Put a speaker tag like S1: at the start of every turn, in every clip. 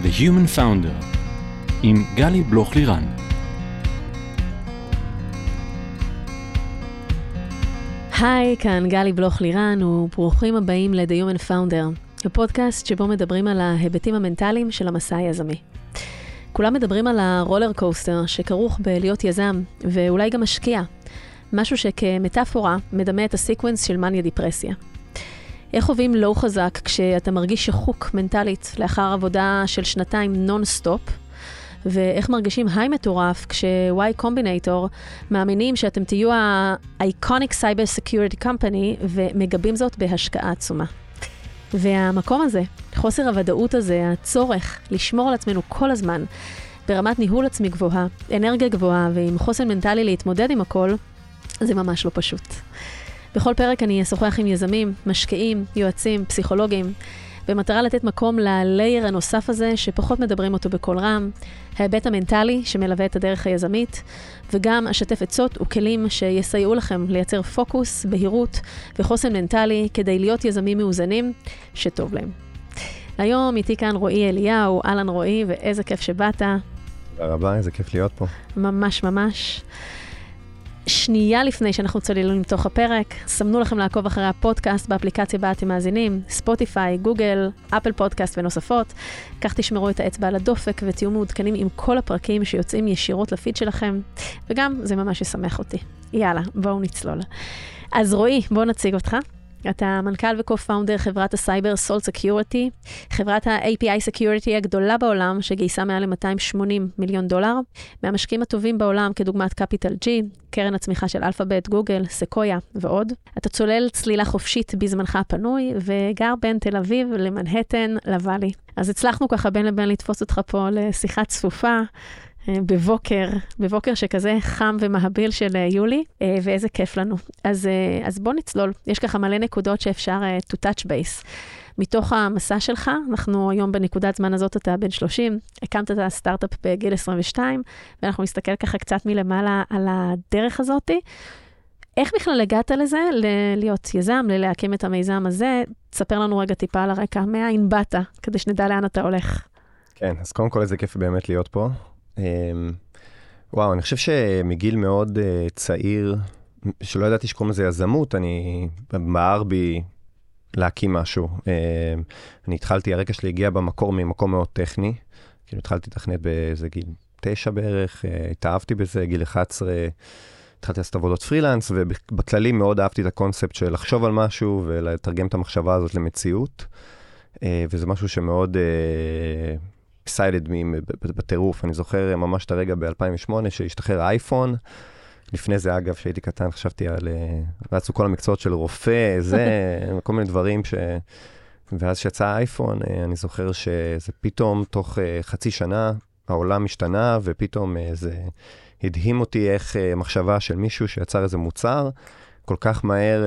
S1: The Human Founder עם גלי בלוך-לירן.
S2: היי, כאן גלי בלוך-לירן וברוכים הבאים ל-The Human Founder, הפודקאסט שבו מדברים על ההיבטים המנטליים של המסע היזמי. כולם מדברים על הרולר קוסטר שכרוך בלהיות יזם ואולי גם משקיע, משהו שכמטאפורה מדמה את הסיקוונס של מניה דיפרסיה. איך חווים לואו חזק כשאתה מרגיש שחוק מנטלית לאחר עבודה של שנתיים נון-סטופ, ואיך מרגישים היי מטורף כש-Y Combinator מאמינים שאתם תהיו ה-Iconic Cyber Security Company ומגבים זאת בהשקעה עצומה. והמקום הזה, חוסר הוודאות הזה, הצורך לשמור על עצמנו כל הזמן, ברמת ניהול עצמי גבוהה, אנרגיה גבוהה ועם חוסן מנטלי להתמודד עם הכל, זה ממש לא פשוט. בכל פרק אני אשוחח עם יזמים, משקיעים, יועצים, פסיכולוגים, במטרה לתת מקום ללייר הנוסף הזה שפחות מדברים אותו בכל רם, ההיבט המנטלי שמלווה את הדרך היזמית, וגם אשתף עצות וכלים שיסייעו לכם לייצר פוקוס, בהירות וחוסן מנטלי כדי להיות יזמים מאוזנים שטוב להם. היום איתי כאן רועי אליהו, אהלן רועי, ואיזה כיף שבאת.
S3: תודה רבה, איזה כיף להיות פה.
S2: ממש ממש. שנייה לפני שאנחנו צוללים לתוך הפרק, סמנו לכם לעקוב אחרי הפודקאסט באפליקציה בה אתם מאזינים, ספוטיפיי, גוגל, אפל פודקאסט ונוספות. כך תשמרו את האצבע על הדופק ותהיו מעודכנים עם כל הפרקים שיוצאים ישירות לפיד שלכם, וגם זה ממש ישמח אותי. יאללה, בואו נצלול. אז רועי, בואו נציג אותך. אתה מנכ"ל וקו-פאונדר חברת הסייבר סולט סקיוריטי, חברת ה-API סקיוריטי הגדולה בעולם שגייסה מעל ל$280 מיליון, מהמשקיעים הטובים בעולם כדוגמת קפיטל ג'י, קרן הצמיחה של אלפאבית, גוגל, סקויה ועוד. אתה צולל צלילה חופשית בזמנך הפנוי וגר בין תל אביב למנהטן לוואלי. אז הצלחנו ככה בין לבין לתפוס אותך פה לשיחה צפופה, בבוקר שכזה חם ומהביל של יולי, ואיזה כיף לנו. אז בוא נצלול. יש ככה מלא נקודות שאפשר to touch base. מתוך המסע שלך, אנחנו היום בנקודת זמן הזאת, אתה בן 30, הקמת את הסטארט-אפ בגיל 22, ואנחנו נסתכל ככה קצת מלמעלה על הדרך הזאת. איך בכלל הגעת לזה, להיות יזם, להקים את המיזם הזה? תספר לנו רגע טיפה על הרקע, מאין באת, כדי שנדע לאן אתה הולך.
S3: כן, אז קודם כל איזה כיף באמת להיות פה. וואו, אני חושב שמגיל מאוד צעיר, שלא ידעתי שקוראים לזה יזמות, אני בער בי להקים משהו. אני התחלתי, הרקע שלי הגיע במקור ממקום מאוד טכני, כאילו התחלתי לתכנת באיזה גיל 9 בערך, התאהבתי בזה, גיל 11, התחלתי לעשות עבודות פרילנס, ובכללי מאוד אהבתי את הקונספט של לחשוב על משהו ולתרגם את המחשבה הזאת למציאות, וזה משהו שמאוד excited בטירוף. אני זוכר ממש את הרגע ב-2008 שהשתחרר האייפון. לפני זה, אגב, שהייתי קטן, חשבתי על רצו כל המקצועות של רופא, כל מיני דברים ואז שיצא האייפון, אני זוכר שזה פתאום תוך חצי שנה העולם משתנה, ופתאום זה הדהים אותי איך מחשבה של מישהו שיצר איזה מוצר, כל כך מהר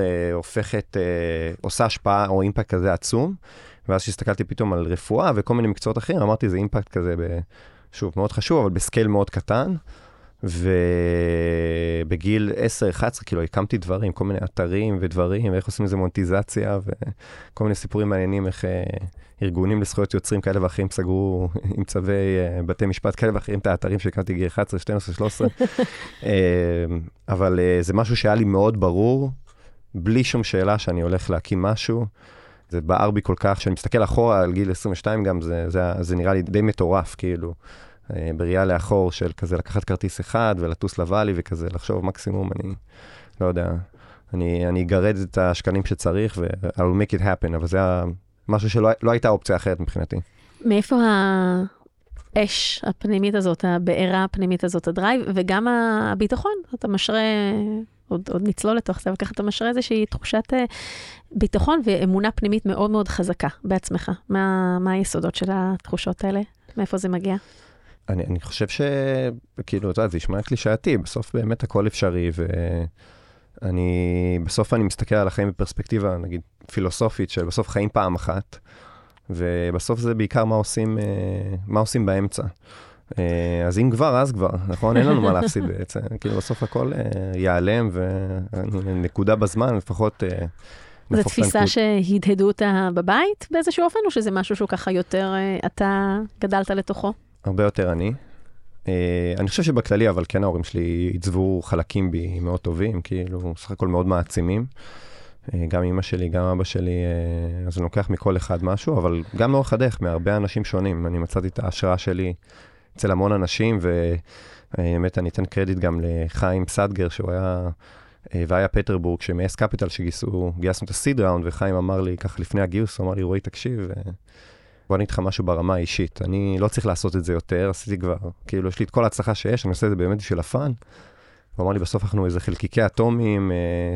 S3: עושה השפעה או אימפקט כזה עצום. ואז שהסתכלתי פתאום על רפואה וכל מיני מקצועות אחרים, אמרתי, זה אימפקט כזה, שוב, מאוד חשוב, אבל בסקייל מאוד קטן. ובגיל 10-11, כאילו, הקמתי דברים, כל מיני אתרים ודברים, ואיך עושים איזה מונטיזציה, וכל מיני סיפורים מעניינים, איך ארגונים לזכויות יוצרים כאלה ואחרים סגרו עם צווי בתי משפט כאלה ואחרים את האתרים שהקמתי גיל 11, 12, 13. אבל זה משהו שהיה לי מאוד ברור, בלי שום שאלה שאני הולך להקים משהו. זה בער בי כל כך, שאני מסתכל אחורה על גיל 22 גם, זה נראה לי די מטורף, כאילו, בראייה לאחור של כזה לקחת כרטיס אחד ולטוס לוואלי וכזה, לחשוב מקסימום, אני לא יודע, אני אגרד את השקלים שצריך ו-I'll make it happen, אבל זה משהו שלא הייתה אופציה אחרת מבחינתי.
S2: מאיפה האש הפנימית הזאת, הבעירה הפנימית הזאת, הדרייב, וגם הביטחון, אתה משרה, עוד נצלול לתוך זה, וככה אתה משרה איזושהי תחושת ביטחון ואמונה פנימית מאוד מאוד חזקה בעצמך. מה היסודות של התחושות האלה? מאיפה זה מגיע?
S3: אני חושב שכאילו, אתה יודע, זה ישמע קלישאתי, בסוף באמת הכל אפשרי, בסוף אני מסתכל על החיים בפרספקטיבה, נגיד, פילוסופית, שבסוף חיים פעם אחת, ובסוף זה בעיקר מה עושים באמצע. אז אם כבר, אז כבר, נכון? אין לנו מה להפסיד בעצם. כאילו בסוף הכל ייעלם, ונקודה בזמן, לפחות
S2: זו תפיסה שהדהדו אותה בבית באיזשהו אופן, או שזה משהו שהוא ככה יותר, אתה גדלת לתוכו?
S3: הרבה יותר אני חושב שבכללי, אבל כן ההורים שלי עיצבו חלקים בי מאוד טובים, כאילו סך הכל מאוד מעצימים. גם אמא שלי, גם אבא שלי, אז אני לוקח מכל אחד משהו, אבל גם לאורך הדרך, מהרבה אנשים שונים. אני מצאתי את ההשראה שלי אצל המון אנשים, ובאמת אני אתן קרדיט גם לחיים סדגר, שהוא היה, והיה פטרבורג, שמאס קפיטל שגייסנו את הסיד ראונד, וחיים אמר לי, ככה לפני הגיוס, הוא אמר לי, רועי, תקשיב, בוא אני איתך משהו ברמה האישית. אני לא צריך לעשות את זה יותר, עשיתי כבר, כאילו, יש לי את כל ההצלחה שיש, אני עושה את זה באמת בשביל הפאן. הוא אמר לי, בסוף אנחנו איזה חלקיקי אטומים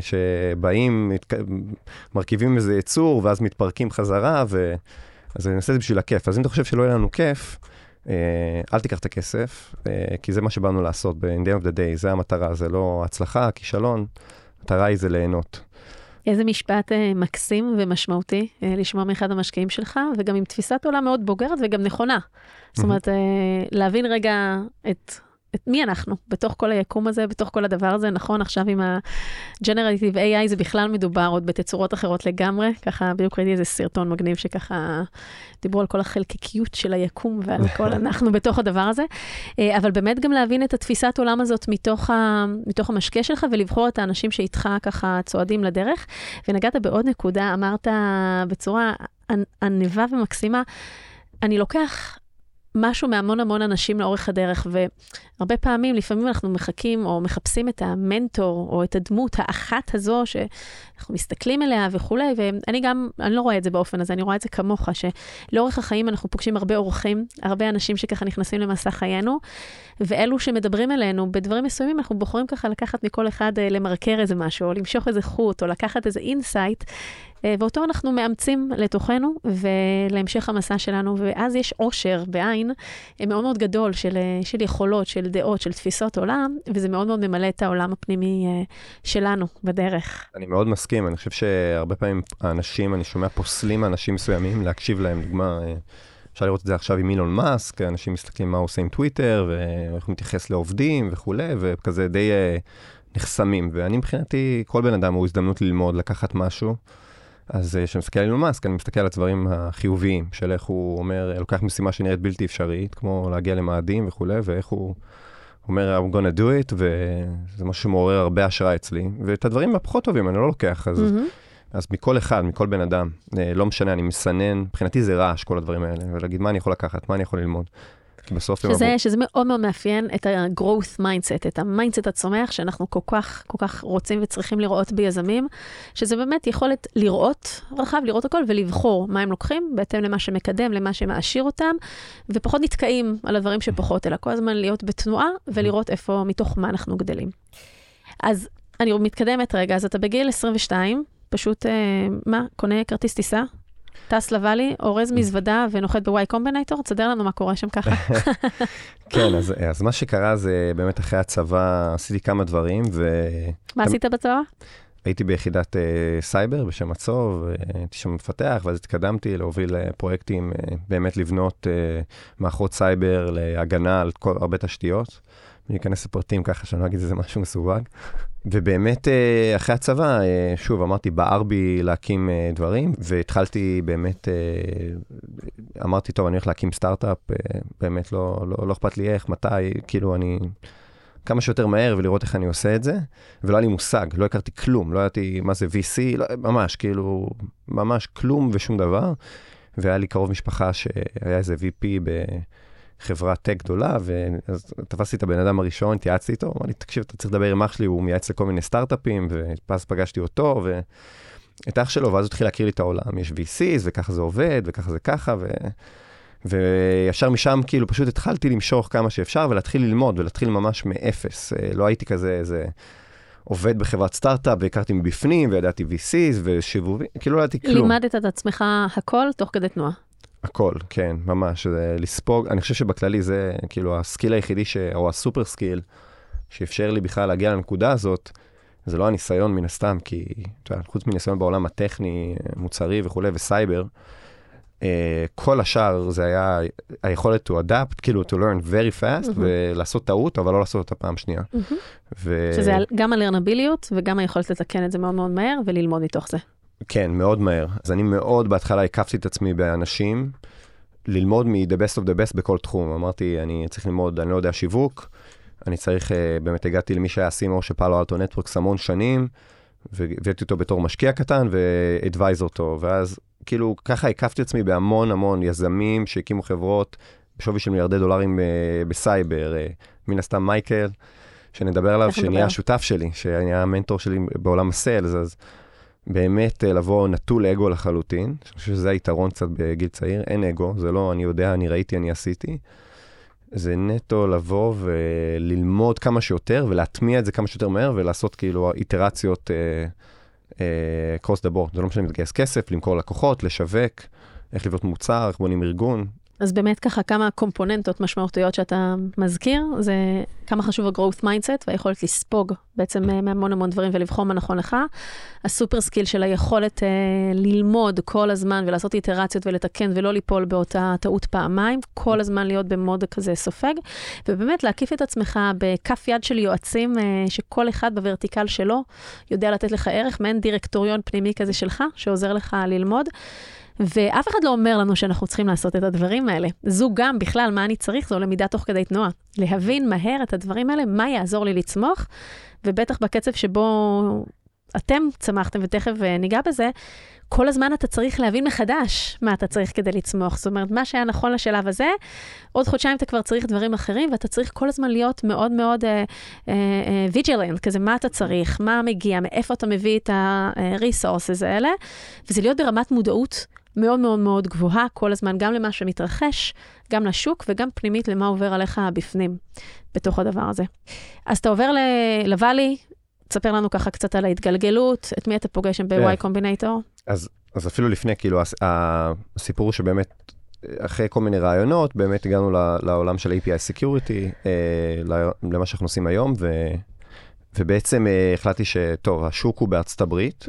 S3: שבאים, מרכיבים איזה יצור, ואז מתפרקים חזרה, אז אני עושה את זה בשביל הכיף. אז אם אתה חושב שלא יהיה לנו כיף, אל תיקח את הכסף, כי זה מה שבאנו לעשות, ב-in the end of the day, זה המטרה, זה לא הצלחה, כישלון, המטרה היא זה ליהנות.
S2: איזה משפט מקסים ומשמעותי לשמוע מאחד המשקיעים שלך, וגם עם תפיסת עולם מאוד בוגרת וגם נכונה. זאת אומרת, להבין רגע את מי אנחנו בתוך כל היקום הזה, בתוך כל הדבר הזה. נכון, עכשיו עם ה-Generative AI זה בכלל מדובר עוד בתצורות אחרות לגמרי, ככה בדיוק ראיתי איזה סרטון מגניב שככה דיברו על כל החלקיקיות של היקום ועל כל אנחנו בתוך הדבר הזה, אבל באמת גם להבין את התפיסת עולם הזאת מתוך המשקיע שלך, ולבחור את האנשים שאיתך ככה צועדים לדרך. ונגעת בעוד נקודה, אמרת בצורה ענבה ומקסימה, אני לוקח משהו מהמון המון אנשים לאורך הדרך, והרבה פעמים, לפעמים אנחנו מחכים או מחפשים את המנטור, או את הדמות האחת הזו, שאנחנו מסתכלים אליה וכולי, ואני לא רואה את זה באופן הזה, אני רואה את זה כמוך, שלאורך החיים אנחנו פוגשים הרבה אורחים, הרבה אנשים שככה נכנסים למסע חיינו, ואלו שמדברים אלינו, בדברים מסוימים אנחנו בוחרים ככה לקחת מכל אחד למרקר איזה משהו, או למשוך איזה חוט, או לקחת איזה אינסייט, ואותו אנחנו מאמצים לתוכנו, ולהמשך המסע שלנו, ואז יש עושר בעין מאוד מאוד גדול של יכולות, של דעות, של תפיסות עולם, וזה מאוד מאוד ממלא את העולם הפנימי שלנו בדרך.
S3: אני מאוד מסכים, אני חושב שהרבה פעמים האנשים, אני שומע פוסלים אנשים מסוימים, להקשיב להם, דוגמה, אפשר לראות את זה עכשיו עם אילון מאסק, אנשים מסתכלים מה הוא עושה עם טוויטר, ואיך הוא מתייחס לעובדים וכולי, וכזה די נחסמים, ואני מבחינתי, כל בן אדם הוא הזדמנות ללמוד, לקחת משהו, אז כשמסתכל על אילון מאסק, אני מסתכל על הדברים החיוביים, של איך הוא אומר, לוקח משימה שנראית בלתי אפשרית, כמו להגיע למאדים וכולי, ואיך הוא אומר, I'm gonna do it, וזה משהו שמעורר הרבה השראה אצלי, ואת הדברים הפחות טובים אני לא לוקח, אז מכל אחד, מכל בן אדם, לא משנה, אני מסנן, מבחינתי זה רעש, כל הדברים האלה, ולהגיד מה אני יכול לקחת, מה אני יכול ללמוד.
S2: שזה מאוד מאוד מאפיין את ה-growth mindset, את המיינדסט הצומח, שאנחנו כל כך רוצים וצריכים לראות ביזמים, שזה באמת יכולת לראות רחב, לראות הכל, ולבחור מה הם לוקחים, בהתאם למה שמקדם, למה שמעשיר אותם, ופחות נתקעים על הדברים שפחות, אלא כל הזמן להיות בתנועה, ולראות איפה, מתוך מה אנחנו גדלים. אז אני מתקדמת רגע, אז אתה בגיל 22, פשוט, קונה כרטיס טיסה? טס לוואלי, אורז מזוודה ונוחת בוואי קומבינטור, תסדר לנו מה קורה שם ככה.
S3: כן, אז מה שקרה זה באמת אחרי הצבא, עשיתי כמה דברים.
S2: מה עשית בצבא?
S3: הייתי ביחידת סייבר בשם הצוב, הייתי שם מפתח, ואז התקדמתי להוביל פרויקטים, באמת לבנות מערכות סייבר להגנה על הרבה תשתיות. אני אכנס לפרטים ככה, שאני לא אגיד איזה משהו מסווג. ובאמת, אחרי הצבא, שוב, אמרתי, בער בי להקים דברים, והתחלתי באמת, אמרתי, טוב, אני הולך להקים סטארט-אפ, באמת לא אכפת לי איך, מתי, כאילו אני, כמה שיותר מהר ולראות איך אני עושה את זה, ולא היה לי מושג, לא הכרתי כלום, לא ידעתי מה זה VC, לא, ממש, כאילו, ממש כלום ושום דבר, והיה לי קרוב משפחה שהיה איזה VP חברת טק גדולה, ואז תפסתי את הבן אדם הראשון, התייעצתי איתו, אמר לי, תקשיב, אתה צריך לדבר עם אח שלי, הוא מייעץ לכל מיני סטארט-אפים, ואז פגשתי אותו, ואת אח שלו, ואז הוא התחיל להכיר לי את העולם, יש VCs, וככה זה עובד, וככה זה ככה, וישר משם, כאילו, פשוט התחלתי למשוך כמה שאפשר, ולהתחיל ללמוד, ולהתחיל ממש מאפס. לא הייתי כזה איזה עובד בחברת סטארט-אפ, והכרתי מבפנים, וידעתי VCs, ושיבובים, כאילו לא ידעתי כלום.
S2: לימדת את עצמך הכל, תוך כדי תנועה.
S3: הכל, כן, ממש, זה לספוג, אני חושב שבכללי זה כאילו הסקיל היחידי, או הסופר סקיל, שאפשר לי בכלל להגיע לנקודה הזאת, זה לא הניסיון מן הסתם, כי חוץ מניסיון בעולם הטכני, מוצרי וכו' וסייבר, כל השאר זה היה היכולת to adapt, כאילו to learn very fast, ולעשות טעות, אבל לא לעשות אותה פעם שנייה.
S2: שזה גם הלרנביליות, וגם היכולת לתקן את זה מאוד מאוד מהר, וללמוד מתוך זה.
S3: כן, מאוד מהר. אז אני מאוד בהתחלה הקפתי את עצמי באנשים, ללמוד מ-the best of the best בכל תחום. אמרתי, אני צריך ללמוד, אני לא יודע שיווק, אני צריך, באמת הגעתי למי שהיה סימו שפעלו אלטו נטוורקס המון שנים, והבאתי אותו בתור משקיע קטן, והדוויז אותו, ואז כאילו ככה הקפתי את עצמי בהמון המון יזמים שהקימו חברות, בשווי של מיליארדי דולרים בסייבר, מן הסתם מייקל, שנדבר עליו, שנהיה השותף שלי, שנהיה המנטור שלי בעולם הסיילס, אז באמת לבוא נטול אגו לחלוטין, אני חושב שזה היתרון קצת בגיל צעיר, אין אגו, זה לא אני יודע, אני ראיתי, אני עשיתי, זה נטו לבוא וללמוד כמה שיותר, ולהטמיע את זה כמה שיותר מהר, ולעשות כאילו איטרציות cross the board, זה לא משנה להתגייס כסף, למכור לקוחות, לשווק, איך לבנות מוצר, איך בונים ארגון.
S2: אז באמת ככה כמה קומפוננטות משמעותיות שאתה מזכיר, זה כמה חשוב ה-growth mindset והיכולת לספוג בעצם מהמון המון דברים ולבחור מה נכון לך. הסופר סקיל של היכולת ללמוד כל הזמן ולעשות איטרציות ולתקן ולא ליפול באותה טעות פעמיים, כל הזמן להיות במוד כזה סופג, ובאמת להקיף את עצמך בכף יד של יועצים שכל אחד בוורטיקל שלו יודע לתת לך ערך, מעין דירקטוריון פנימי כזה שלך שעוזר לך ללמוד. ואף אחד לא אומר לנו שאנחנו צריכים לעשות את הדברים האלה. זו גם בכלל מה אני צריך, זו למידה תוך כדי תנועה. להבין מהר את הדברים האלה, מה יעזור לי לצמוח, ובטח בקצב שבו אתם צמחתם, ותכף ניגע בזה, כל הזמן אתה צריך להבין מחדש מה אתה צריך כדי לצמוח. זאת אומרת, מה שהיה נכון לשלב הזה, עוד חודשיים אתה כבר צריך דברים אחרים, ואתה צריך כל הזמן להיות מאוד מאוד vigilant, כזה מה אתה צריך, מה מגיע, מאיפה אתה מביא את ה-resources האלה, וזה להיות ברמת מודעות מאוד מאוד מאוד גבוהה, כל הזמן גם למה שמתרחש, גם לשוק, וגם פנימית למה עובר עליך בפנים, בתוך הדבר הזה. אז אתה עובר לוואלי, תספר לנו ככה קצת על ההתגלגלות, את מי אתה פוגש שם ב-Y Combinator?
S3: אז אפילו לפני, כאילו, הסיפור הוא שבאמת, אחרי כל מיני רעיונות, באמת הגענו לעולם של API Security, למה שאנחנו עושים היום, ובעצם החלטתי שטוב, השוק הוא בארצות הברית,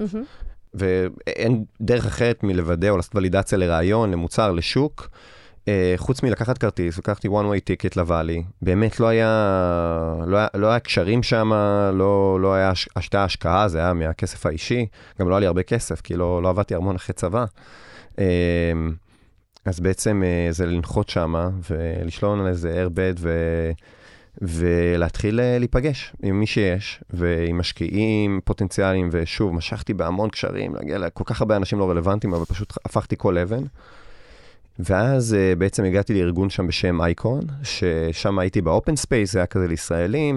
S3: ואין דרך אחרת מלוודא או לעשות ולידציה לרעיון, למוצר, לשוק, חוץ מלקחת כרטיס, לקחתי one way ticket לוואלי, באמת לא היה קשרים שם, לא היה השקעה, זה היה מהכסף האישי, גם לא היה לי הרבה כסף, כי לא עבדתי המון אחרי צבא. אז בעצם זה לנחות שם, ולשלון על איזה airbed, ולהתחיל להיפגש עם מי שיש, ועם משקיעים פוטנציאליים, ושוב, משכתי בהמון קשרים, להגיע לכל כך הרבה אנשים לא רלוונטיים, אבל פשוט הפכתי כל אבן. ואז בעצם הגעתי לארגון שם בשם אייקון, ששם הייתי באופן ספייס, זה היה כזה לישראלים,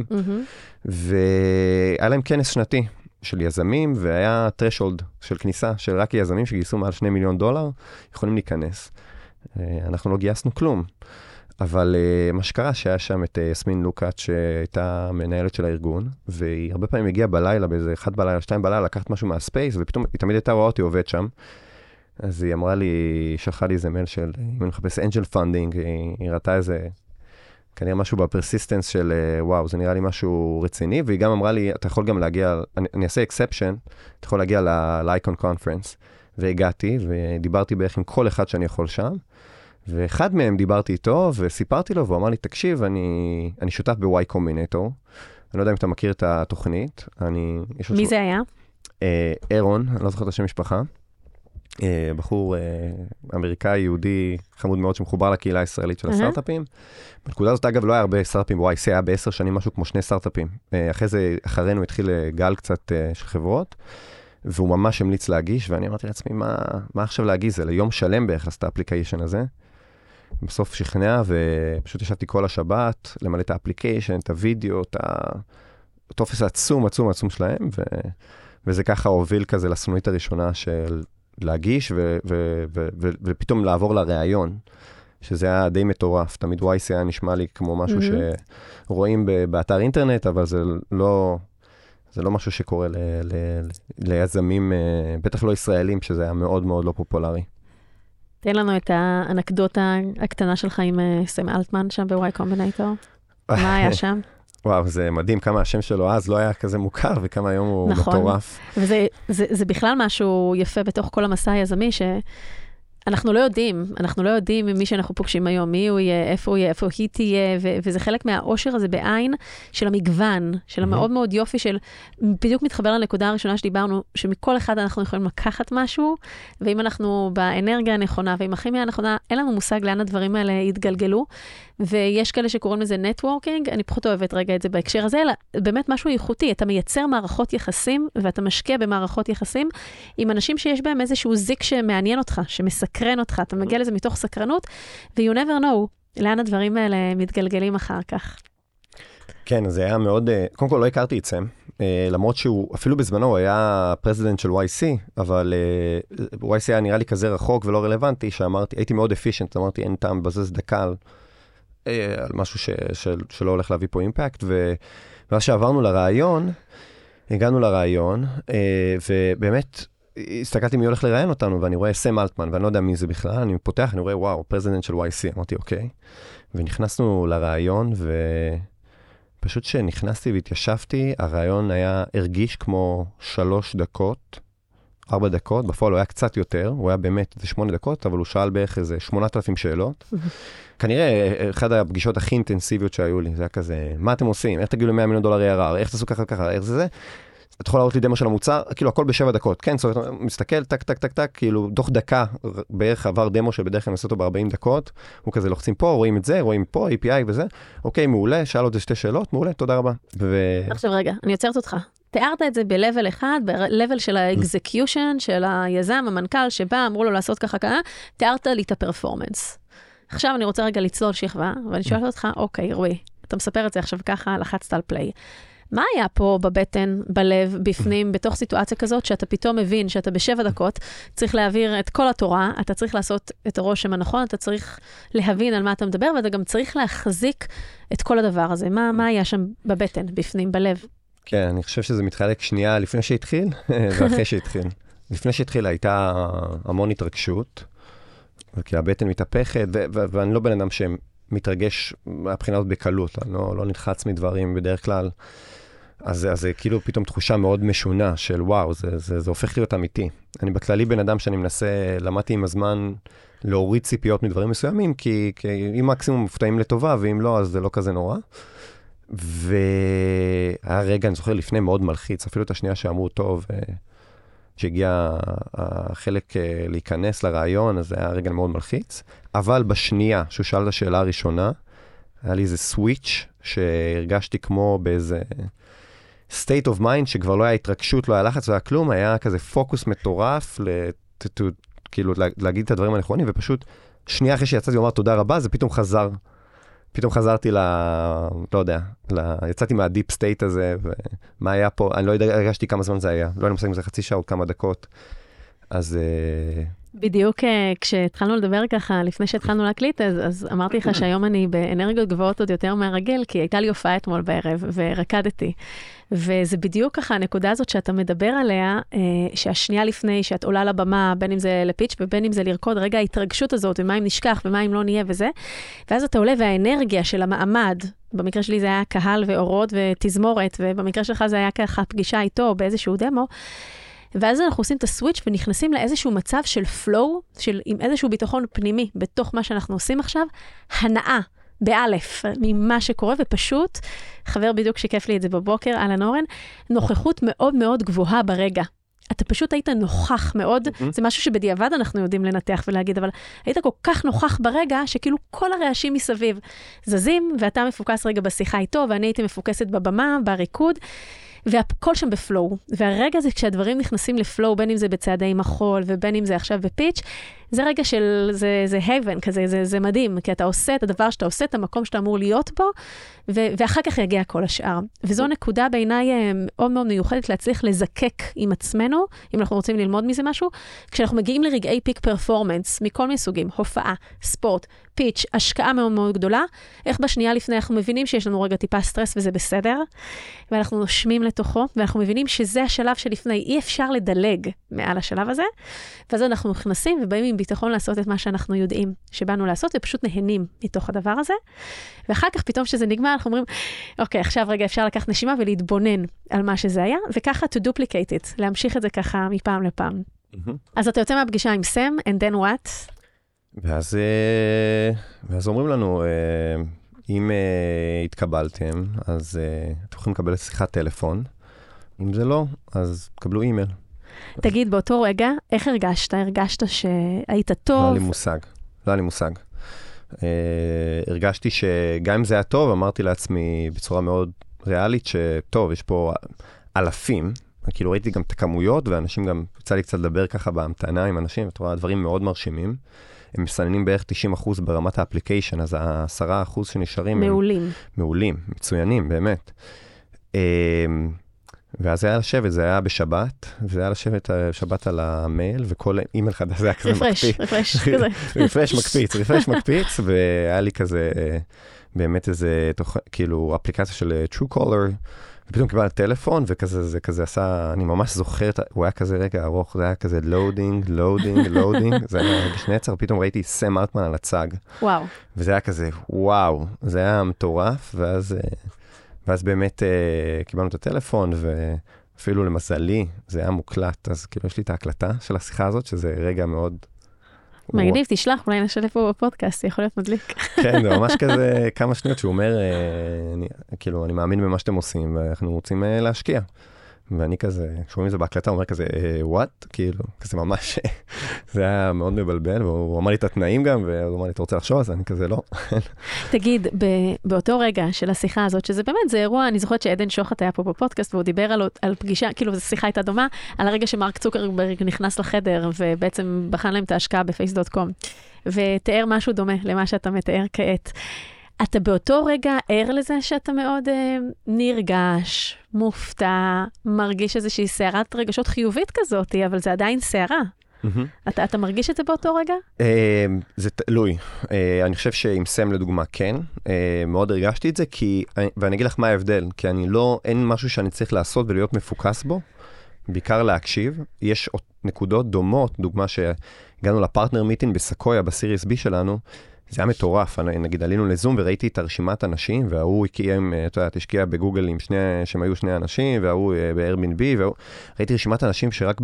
S3: והיה להם כנס שנתי של יזמים, והיה threshold של כניסה, של רק יזמים שגייסו מעל $2 מיליון, יכולים להיכנס. אנחנו לא גייסנו כלום. אבל מה שקרה שהיה שם את יסמין לוקאץ' שהייתה מנהלת של הארגון, והיא הרבה פעמים הגיעה בלילה, באיזה 1 בלילה, 2 בלילה, לקחת משהו מהספייס, ופתאום היא תמיד הייתה רואה אותי עובד שם. אז היא אמרה לי, שלחה לי איזה מייל של, אם אני מחפש אנג'ל פנדינג, היא ראתה איזה, כנראה משהו בפרסיסטנס של, וואו, זה נראה לי משהו רציני, והיא גם אמרה לי, אתה יכול גם להגיע, אני אעשה אקספשן, אתה יכול להגיע לאייקון קונפרנס, והגעתי, ודיברתי בערך עם כל אחד שאני יכול שם, ואחד מהם דיברתי איתו, וסיפרתי לו, והוא אמר לי, תקשיב, אני שותף ב-Y Combinator, אני לא יודע אם אתה מכיר את התוכנית,
S2: מי זה היה?
S3: אירון, אני לא זוכר את השם משפחה, בחור אמריקאי, יהודי, חמוד מאוד, שמחובר לקהילה הישראלית של הסטארט-אפים. בנקודה הזאת, אגב, לא היה הרבה סטארט-אפים ב-YC, היה ב10 שנים משהו כמו 2 סטארט-אפים. אחרי זה, אחרינו התחיל גל קצת של חברות, והוא ממש המליץ להגיש, ואני אמרתי לעצמי, מה עכשיו להגיש? זה ליום שלם בערך לעשות את האפליקיישן הזה. בסוף שכנע, ופשוט ישבתי כל השבת, למלא את האפליקיישן, את הוידאו, את הטופס העצום שלהם, וזה ככה הוביל כזה לסנונית הראשונה של להגיש, ופתאום לעבור לראיון, שזה היה די מטורף. תמיד YC היה נשמע לי כמו משהו שרואים באתר אינטרנט, אבל זה לא משהו שקורה ליזמים, בטח לא ישראלים, שזה היה מאוד מאוד לא פופולרי.
S2: תן לנו את האנקדוטה הקטנה שלך עם סם אלטמן שם ב-Y Combinator. מה היה שם?
S3: וואו, זה מדהים כמה השם שלו אז לא היה כזה מוכר, וכמה היום הוא מטורף.
S2: וזה בכלל משהו יפה בתוך כל המסע היזמי, אנחנו לא יודעים ממי שאנחנו פוגשים היום, מי הוא יהיה, איפה היא תהיה, וזה חלק מהאושר הזה בעין של המגוון, של המאוד מאוד יופי, של בדיוק מתחבר לנקודה הראשונה שדיברנו, שמכל אחד אנחנו יכולים לקחת משהו, ואם אנחנו באנרגיה הנכונה, ועם הכימיה הנכונה, אין לנו מושג לאן הדברים האלה יתגלגלו, ויש כאלה שקוראים לזה נטוורקינג, אני פחות אוהבת רגע את זה בהקשר הזה, אלא באמת משהו איכותי, אתה מייצר מערכות יחסים, ואתה משקיע במערכות יחסים, עם אנשים שיש בהם איזשהו זיק שמעניין אותך, שמסקרן אותך, אתה מגיע לזה מתוך סקרנות, ו-you never know לאן הדברים האלה מתגלגלים אחר כך.
S3: כן, אז זה היה מאוד, קודם כל לא הכרתי את סם, למרות שהוא, אפילו בזמנו הוא היה פרזידנט של YC, אבל YC היה נראה לי כזה רחוק ולא רלוונטי, שאמרתי, הייתי מאוד אפישנט, אמרתי, אין טעם בזז דקה על משהו שלא הולך להביא פה אימפקט, ואז שעברנו לרעיון, הגענו לרעיון, ובאמת, הסתכלתי מי הולך לראיין אותנו, ואני רואה סם אלטמן, ואני לא יודע מי זה בכלל, אני פותח, אני רואה, וואו, פרזידנט של YC, אמרתי, אוקיי, ונכנסנו לרעיון, ופשוט שנכנסתי והתיישבתי, הרעיון הרגיש כמו 3 דקות, 4 דקות, בפועל הוא היה קצת יותר, הוא היה באמת 8 דקות, אבל הוא שאל בערך איזה 8,000 שאלות. כנראה, אחד הפגישות הכי אינטנסיביות שהיו לי, זה היה כזה, מה אתם עושים? איך תגידו $100 מיליון ARR? איך תעשו ככה? איך זה? את יכולה לראות לי דמו של המוצר, כאילו הכל ב7 דקות, כן, זאת אומרת, מסתכל, טק, כאילו, תוך דקה בערך עבר דמו שבדרך כלל נעשה אותו ב40 דקות, הוא כזה לוחצים פה, רואים את זה, רואים פה, API וזה, אוקיי, מעולה, שאל עוד 2 שאלות, מעולה, תודה רבה.
S2: עכשיו רגע, אני עוצרת אותך. תיארת את זה ב-level 1, ב-level של ה-execution, של היזם, המנכ"ל, שבא, אמרו לו לעשות ככה, תיארת לי את הפרפורמנס. עכשיו אני רוצה רגע לצלול שכבה, ואני שואלת אותך, אוקיי, רואי, אתה מספר את זה עכשיו ככה, לחצת על פליי. מה היה פה בבטן, בלב, בפנים, בתוך סיטואציה כזאת, שאתה פתאום מבין שאתה ב7 דקות צריך להעביר את כל התורה, אתה צריך לעשות את הרושם הנכון, אתה צריך להבין על מה אתה מדבר, ואתה גם צריך להחזיק את כל הדבר הזה. מה היה שם בבטן, בפנים, בלב?
S3: כן, אני חושב שזה מתחלק שנייה לפני שהתחיל, ואחרי שהתחיל. לפני שהתחיל הייתה המון התרגשות, כי הבטן מתהפכת, ואני לא בן אדם שמתרגש מהבחינה הזאת בקלות, אני לא נלחץ מדברים בדרך כלל. אז זה כאילו פתאום תחושה מאוד משונה של וואו, זה הופך להיות אמיתי. אני בכללי בן אדם שאני מנסה, למדתי עם הזמן להוריד ציפיות מדברים מסוימים, כי אם מקסימום מופתעים לטובה, ואם לא, אז זה לא כזה נורא. והיה רגע, אני זוכר לפני מאוד מלחיץ, אפילו את השנייה שאמרו טוב, שהגיע החלק להיכנס לרעיון, אז זה היה רגע מאוד מלחיץ. אבל בשנייה שהוא שאל את השאלה הראשונה, היה לי איזה סוויץ' שהרגשתי כמו באיזה state of mind, שכבר לא היה התרגשות, לא היה לחץ, לא היה כלום, היה כזה פוקוס מטורף, כאילו להגיד את הדברים הנכונים, ופשוט שנייה אחרי שיצאתי ואומר תודה רבה, זה פתאום חזר. פתאום חזרתי לא יודע, יצאתי מהדיפ סטייט הזה, ומה היה פה, אני לא הרגשתי כמה זמן זה היה, לא נמצא אם זה חצי שעה, עוד כמה דקות, אז
S2: בדיוק כשהתחלנו לדבר ככה, לפני שהתחלנו להקליט, אז אמרתי לך שהיום אני באנרגיות גבוהות עוד יותר מהרגיל, כי הייתה לי הופעה אתמול בערב, ורקדתי. וזה בדיוק ככה, הנקודה הזאת שאתה מדבר עליה, שהשנייה לפני שאת עולה לבמה, בין אם זה לפיץ' ובין אם זה לרקוד, רגע ההתרגשות הזאת, ומה אם נשכח, ומה אם לא נהיה וזה, ואז אתה עולה והאנרגיה של המעמד, במקרה שלי זה היה קהל ואורות ותזמורת, ובמקרה שלך זה היה ככה פגישה איתו באיזשהו דמו, ואז אנחנו עושים את הסוויץ' ונכנסים לאיזשהו מצב של פלואו, עם איזשהו ביטחון פנימי בתוך מה שאנחנו עושים עכשיו, הנאה, באלף, ממה שקורה, ופשוט, חבר בדיוק שיקף לי את זה בבוקר, אלן אורן, נוכחות מאוד מאוד גבוהה ברגע. אתה פשוט היית נוכח מאוד, זה משהו שבדיעבד אנחנו יודעים לנתח ולהגיד, אבל היית כל כך נוכח ברגע, שכאילו כל הרעשים מסביב זזים, ואתה מפוקס רגע בשיחה איתו, ואני הייתי מפוקסת בבמה, בריקוד, והכל שם בפלואו. והרגע זה כשהדברים נכנסים לפלואו, בין אם זה בצעדי מחול, ובין אם זה עכשיו בפיץ', זה רגע של, זה heaven כזה, זה מדהים, כי אתה עושה את הדבר שאתה עושה, את המקום שאתה אמור להיות פה, ואחר כך יגיע כל השאר. וזו נקודה בעיניי מאוד מאוד מיוחדת להצליח לזקק עם עצמנו, אם אנחנו רוצים ללמוד מזה משהו, כשאנחנו מגיעים לרגעי פיק פרפורמנס, מכל מיני סוגים, הופעה, ספורט, פיץ', השקעה מאוד מאוד גדולה, איך בשנייה לפני אנחנו מבינים שיש לנו רגע טיפה סטרס וזה בסדר, ואנחנו נושמים לתוכו, ואנחנו מבינים שזה השלב שלפני, אי אפשר לדלג מעל השלב הזה, ואז אנחנו נכנסים ובאים עם ביטחון לעשות את מה שאנחנו יודעים שבאנו לעשות, ופשוט נהנים מתוך הדבר הזה, ואחר כך פתאום שזה נגמר, אנחנו אומרים, אוקיי, עכשיו רגע אפשר לקחת נשימה ולהתבונן על מה שזה היה, וככה to duplicate it, להמשיך את זה ככה מפעם לפעם. אז אתה יוצא מהפגישה עם סם, and then what?
S3: ואז אומרים לנו, אם התקבלתם, אז אתם יכולים לקבל שיחת טלפון. אם זה לא, אז תקבלו אימייל.
S2: תגיד, באותו רגע, איך הרגשת? הרגשת שהיית טוב?
S3: לא היה לי מושג. הרגשתי שגם אם זה היה טוב, אמרתי לעצמי בצורה מאוד ריאלית, שטוב, יש פה אלפים, כאילו ראיתי גם את הכמויות, ואנשים גם, יצא לי קצת לדבר ככה בהמתנה עם אנשים, ואתה רואה דברים מאוד מרשימים. הם מסננים בערך 90% ברמת האפליקיישן, אז 10% שנשארים מעולים, מצוינים, באמת. ואז זה היה לשבת, זה היה בשבת, וזה היה לשבת שבת על המייל, וכל אימייל חדש, זה היה כזה מקפיץ. רפרש מקפיץ, והיה לי כזה, באמת איזה, כאילו, אפליקציה של Truecaller, ופתאום קיבלתי טלפון, וכזה, זה כזה עשה, אני ממש זוכר, הוא היה כזה רגע ארוך, זה היה כזה loading, זה היה רגש נצר, פתאום ראיתי סם אלטמן על הצג.
S2: וואו.
S3: וזה היה כזה, וואו, זה היה מטורף, ואז באמת קיבלנו את הטלפון, ואפילו למזלי, זה היה מוקלט, אז כאילו יש לי את ההקלטה של השיחה הזאת, שזה רגע מאוד...
S2: מגניב, תשלח, אולי נשלב פה בפודקאסט, יכול להיות מדליק.
S3: כן, זה ממש כזה כמה שניות שהוא אומר, כאילו, אני מאמין במה שאתם עושים, ואנחנו רוצים להשקיע. ואני כזה, כשרואים את זה בהקלטה, הוא אומר כזה, what? כאילו, כזה ממש, זה היה מאוד מבלבל, והוא אמר לי את התנאים גם, והוא אמר לי, אתה רוצה לחשוב? אז אני כזה, לא.
S2: תגיד, באותו רגע של השיחה הזאת, שזה באמת, זה אירוע, אני זוכרת שעדן שוחט היה פה בפודקאסט, והוא דיבר על פגישה, כאילו, זו שיחה הייתה דומה, על הרגע שמרק צוקרברג נכנס לחדר, ובעצם בחן להם את ההשקעה בפייס.קום, ותיאר משהו דומה למה שאתה מתאר כעת. אתה באותו רגע ער לזה שאתה מאוד נרגש, מופתע, מרגיש איזושהי סערת רגשות חיובית כזאת, אבל זה עדיין סערה. אתה מרגיש את זה באותו רגע?
S3: זה תלוי. אני חושב שעם סם לדוגמה כן, מאוד הרגשתי את זה, ואני אגיד לך מה ההבדל, כי אין משהו שאני צריך לעשות ולהיות מפוקס בו, בעיקר להקשיב. יש נקודות דומות, דוגמה שהגענו לפרטנר מיטינג בסקויה, בסיריס בי שלנו, זה היה מטורף, נגיד עלינו לזום וראיתי את הרשימת אנשים, והוא השקיע בגוגל עם שהם היו שני אנשים, והוא ב-Airbnb, ראיתי רשימת אנשים שרק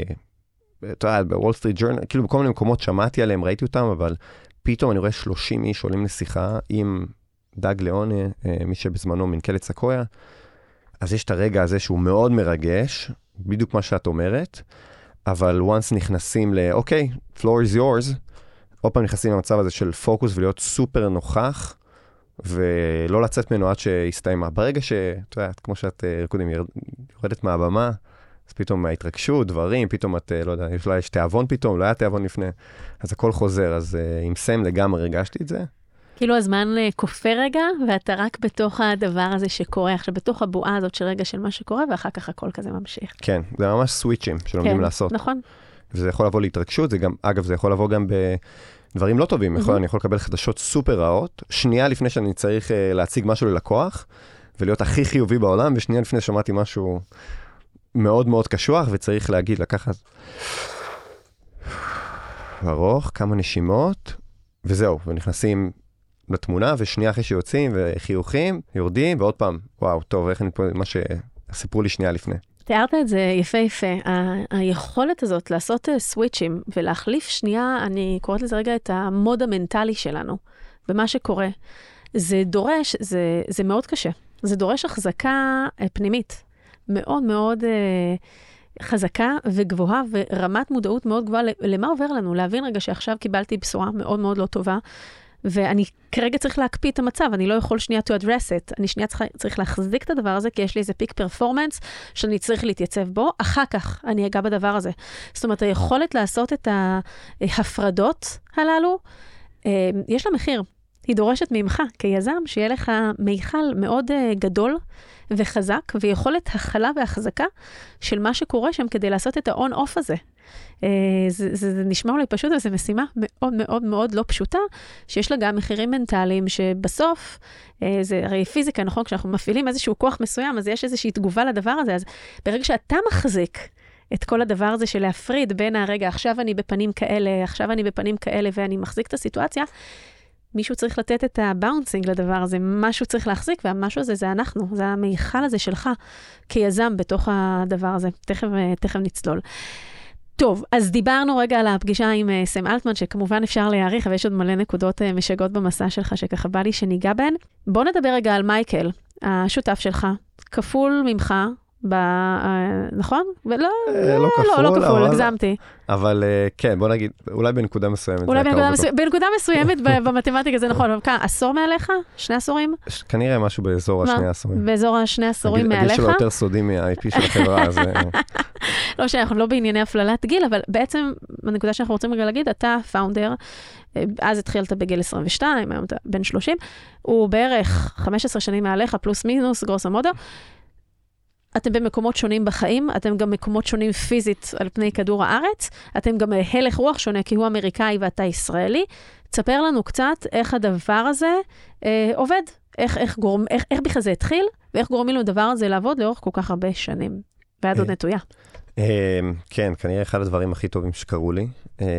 S3: בוול סטריט ג'ורנל, כאילו בכל מיני מקומות שמעתי עליהם, ראיתי אותם, אבל פתאום אני רואה 30 איש עולים לשיחה עם דאג ליאונה, מי שבזמנו מנכ"לת סקויה, אז יש את הרגע הזה שהוא מאוד מרגש, בדיוק מה שאת אומרת, אבל once נכנסים אוקיי, floor is yours, עוד פעם נכנסים למצב הזה של פוקוס ולהיות סופר נוכח, ולא לצאת ממנו עד שהסתיימה. ברגע שאת יודעת, כמו שאת רקודים, יורדת מהבמה, אז פתאום ההתרגשות, דברים, פתאום את, לא יודע, יש תיאבון פתאום, לא היה תיאבון לפני, אז הכל חוזר. אז עם סם לגמרי הרגשתי את זה.
S2: כאילו הזמן קופא רגע, ואתה רק בתוך הדבר הזה שקורה, עכשיו בתוך הבועה הזאת של רגע של מה שקורה, ואחר כך הכל כזה ממשיך.
S3: כן, זה ממש סוויצ'ים שלומדים לעשות.
S2: נכון.
S3: וזה יכול לבוא להתרגשות, זה גם, אגב, זה יכול לבוא גם בדברים לא טובים. אני יכול לקבל חדשות סופר רעות, שנייה לפני שאני צריך להציג משהו ללקוח, ולהיות הכי חיובי בעולם, ושנייה לפני שמעתי משהו מאוד מאוד קשוח, וצריך להגיד, לקחת ארוך, כמה נשימות, וזהו, ונכנסים לתמונה, ושנייה אחרי שיוצאים, וחיוכים, יורדים, ועוד פעם, וואו, טוב, איך אני פה, מה שסיפרו לי שנייה לפני.
S2: תיארת את זה יפה יפה, היכולת הזאת לעשות סוויצ'ים ולהחליף שנייה, אני קוראת לזה רגע את המוד המנטלי שלנו, ומה שקורה, זה דורש, זה מאוד קשה, זה דורש החזקה פנימית, מאוד מאוד חזקה וגבוהה, ורמת מודעות מאוד גבוהה למה עובר לנו, להבין רגע שעכשיו קיבלתי בשורה מאוד מאוד לא טובה, ואני כרגע צריך להקפיא את המצב, אני לא יכול שנייה to address it, אני שנייה צריך להחזיק את הדבר הזה, כי יש לי איזה פיק פרפורמנס שאני צריך להתייצב בו, אחר כך אני אגע בדבר הזה. זאת אומרת, היכולת לעשות את ההפרדות הללו, יש לה מחיר. היא דורשת ממך כיזם, שיהיה לך מיכל מאוד גדול וחזק, ויכולת הכלה והחזקה של מה שקורה שם, כדי לעשות את ה-on-off הזה. זה נשמע אולי פשוט, וזו משימה מאוד מאוד מאוד לא פשוטה, שיש לה גם מחירים מנטליים, שבסוף, זה הרי פיזיקה, נכון? כשאנחנו מפעילים איזשהו כוח מסוים, אז יש איזושהי תגובה לדבר הזה, אז ברגע שאתה מחזיק את כל הדבר הזה של להפריד בין הרגע, עכשיו אני בפנים כאלה, עכשיו אני בפנים כאלה, ואני מחזיק את הסיטואציה, מישהו צריך לתת את הבאונסינג לדבר הזה, משהו צריך להחזיק, והמשהו הזה זה אנחנו, זה המיכל הזה שלך, כיזם בתוך הדבר הזה. תכף נצלול. טוב, אז דיברנו רגע על הפגישה עם סם אלטמן, שכמובן אפשר להעריך, אבל יש עוד מלא נקודות משגעות במסע שלך, שככה בא לי שניגע בהן. בוא נדבר רגע על מייקל, השותף שלך, כפול ממך, נכון?
S3: לא כפול,
S2: לא כפול, הגזמתי.
S3: אבל כן, בוא נגיד, אולי בנקודה מסוימת.
S2: אולי בנקודה מסוימת במתמטיקה זה נכון, אבל עשור מעליך? 2 עשורים?
S3: כנראה משהו באזור 2 עשורים.
S2: באזור 2 עשורים מעליך?
S3: הגיל שלו יותר סודי מה-IP של החברה, אז...
S2: לא שאנחנו לא בענייני הפללת גיל, אבל בעצם, בנקודה שאנחנו רוצים רגע להגיד, אתה פאונדר, אז התחילת בגיל 22, היום אתה בן 30, הוא בערך 15 שנים מעליך, פלוס מינוס, גרוסו מודו. אתם במקומות שונים בחיים, אתם גם מקומות שונים פיזית על פני כדור הארץ, אתם גם הלך רוח שונה, כי הוא אמריקאי ואתה ישראלי. תספר לנו קצת איך הדבר הזה עובד, איך בכלל זה התחיל, ואיך גורמים לדבר הזה לעבוד לאורך כל כך הרבה שנים, ועד עוד נטויה.
S3: כן, כנראה אחד הדברים הכי טובים שקרו לי,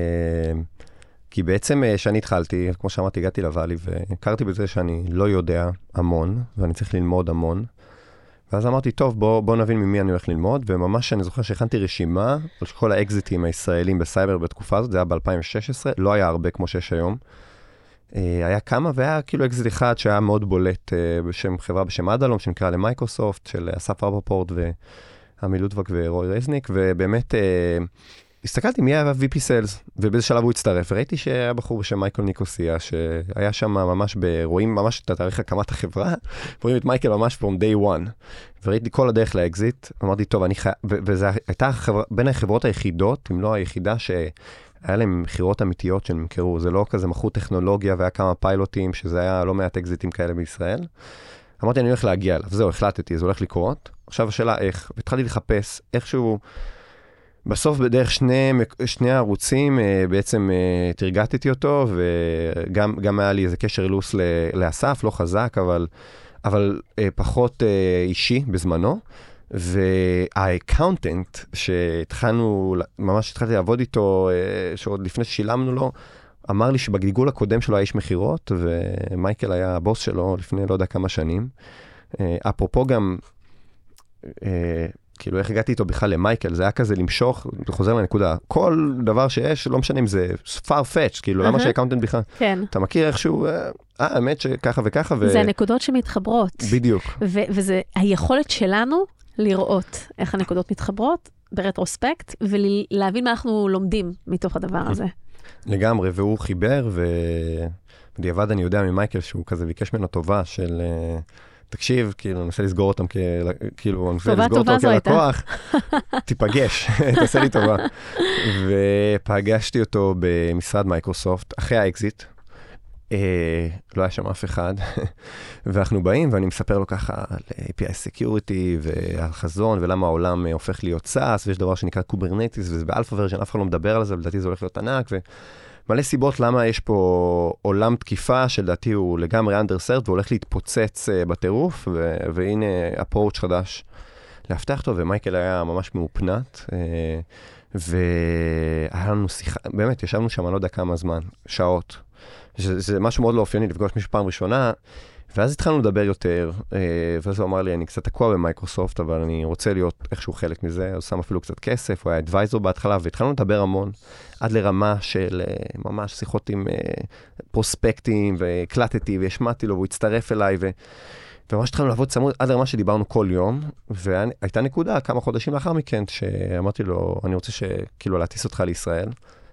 S3: כי בעצם שאני התחלתי, כמו שאמרתי, הגעתי לוואלי, והכרתי בזה שאני לא יודע המון, ואני צריך ללמוד המון, ואז אמרתי, טוב, בוא נבין ממי אני הולך ללמוד, וממש אני זוכר שהכנתי רשימה על כל האקזיטים הישראלים בסייבר בתקופה הזאת, זה היה ב-2016, לא היה הרבה כמו שיש היום. היה כמה, והיה כאילו אקזיט אחד שהיה מאוד בולט בשם חברה בשם אדלום, שנקרא למייקרוסופט, של אסף רבפורט ועמי לוטבק ורוי רזניק, ובאמת הסתכלתי מי היה VP Sales, ובאיזה שלב הוא הצטרף, וראיתי שהיה בחור בשם מייקל ניקוסיה, שהיה שם ממש רואים ממש את התאריך הקמת החברה, רואים את מייקל ממש from day one, וראיתי כל הדרך לאקזיט, אמרתי, טוב, וזו הייתה בין החברות היחידות, אם לא היחידה שהיה להם מחירות אמיתיות שנמכרו, זה לא כזה מכרו טכנולוגיה, והיה כמה פיילוטים, שזה היה לא מעט אקזיטים כאלה בישראל. אמרתי, אני הולך להגיע אליו, זהו, החלטתי, זה הולך לקרות. עכשיו השאלה איך, והתחלתי לחפש איכשהו, בסוף בדרך שני הערוצים בעצם תרגטתי אותו, וגם היה לי איזה קשר לוס לאסף, לא חזק, אבל פחות אישי בזמנו, והאקאונטנט ממש התחלתי לעבוד איתו, שעוד לפני ששילמנו לו, אמר לי שבגלגול הקודם שלו היה איש מחירות, ומייקל היה הבוס שלו לפני לא יודע כמה שנים. אפרופו גם... כאילו, איך הגעתי איתו בכלל למייקל, זה היה כזה למשוך, חוזר לנקודה, כל דבר שיש, לא משנה אם זה far-fetched, כאילו, למה שהאקאונטנט בכלל? כן. אתה מכיר איכשהו, האמת שככה וככה,
S2: זה הנקודות שמתחברות.
S3: בדיוק.
S2: וזה היכולת שלנו לראות איך הנקודות מתחברות, ברטרוספקט, ולהבין מה אנחנו לומדים מתוך הדבר הזה.
S3: לגמרי, והוא חיבר, ובדיעבד אני יודע ממייקל שהוא כזה ביקש ממנו טובה של... תקשיב, כאילו, אני מנסה לסגור אותם כאילו, אני מנסה לסגור אותו כלקוח, תיפגש, תעשה לי טובה. ופגשתי אותו במשרד מייקרוסופט, אחרי האקזיט, לא היה שם אף אחד, ואנחנו באים, ואני מספר לו ככה על API Security, ועל חזון, ולמה העולם הופך להיות SaaS, ויש דבר שנקרא קוברנטיס, וזה באלפא ורז'ן, אף אחד לא מדבר על זה, ולדעתי זה הולך להיות ענק, מלא סיבות למה יש פה עולם תקיפה שלדעתי הוא לגמרי underserved והולך להתפוצץ בטירוף, והנה approach חדש להפתח אותו, ומייקל היה ממש מאופנת, והיה לנו שיחה, באמת ישבנו שם אני לא יודע כמה זמן, שעות, זה משהו מאוד לא אופייני לפגוש מישהו פעם ראשונה, ואז התחלנו לדבר יותר, ואז הוא אמר לי, אני קצת תקוע במייקרוסופט, אבל אני רוצה להיות איכשהו חלק מזה, הוא שם אפילו קצת כסף, הוא היה אדוויזור בהתחלה, והתחלנו לדבר המון, עד לרמה של ממש שיחות עם פרוספקטים, והקלטתי והשמעתי לו, והוא הצטרף אליי, וממש התחלנו לעבוד צמוד, עד לרמה שדיברנו כל יום, והייתה נקודה כמה חודשים לאחר מכן, שאמרתי לו, אני רוצה כאילו להטיס אותך לישראל,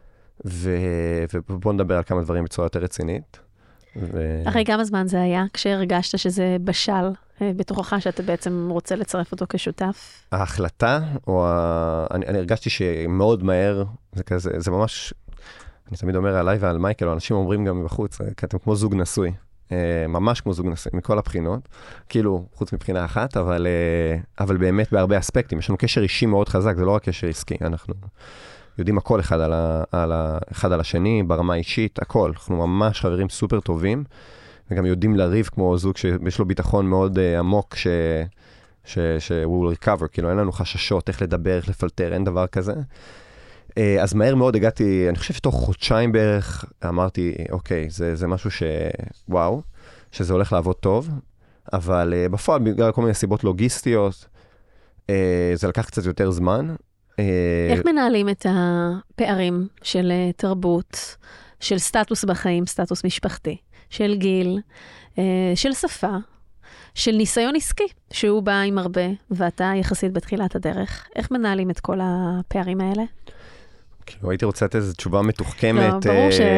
S3: ובוא נדבר על כמה דברים בצורה יותר רצינית.
S2: אחרי כמה זמן זה היה, כשהרגשת שזה בשל בתוכך, שאתה בעצם רוצה לצרף אותו כשותף?
S3: ההחלטה, אני הרגשתי שמאוד מהר, זה ממש, אני תמיד אומר עליי ועל מייקל, או אנשים אומרים גם מבחוץ, כי אתם כמו זוג נשוי, ממש כמו זוג נשוי, מכל הבחינות, כאילו, חוץ מבחינה אחת, אבל באמת בהרבה אספקטים, יש לנו קשר אישי מאוד חזק, זה לא רק קשר עסקי, אנחנו... יודעים הכל אחד על השני, ברמה האישית, הכל. אנחנו ממש חברים סופר טובים, וגם יודעים לריב כמו זוג שיש לו ביטחון מאוד עמוק, שהוא recover, כאילו אין לנו חששות, איך לדבר, איך לפלטר, אין דבר כזה. אז מהר מאוד הגעתי, אני חושב שתוך חודשיים בערך, אמרתי, אוקיי, זה משהו וואו, שזה הולך לעבוד טוב, אבל בפועל, בגלל כל מיני סיבות לוגיסטיות, זה לקח קצת יותר זמן,
S2: איך מנהלים את הפערים של תרבות, של סטטוס בחיים, סטטוס משפחתי, של גיל, של שפה, של ניסיון עסקי, שהוא בא עם הרבה, ואתה יחסית בתחילת הדרך. איך מנהלים את כל הפערים האלה?
S3: כאילו, הייתי רוצה לתת איזו תשובה מתוחכמת.
S2: לא, ברור ש...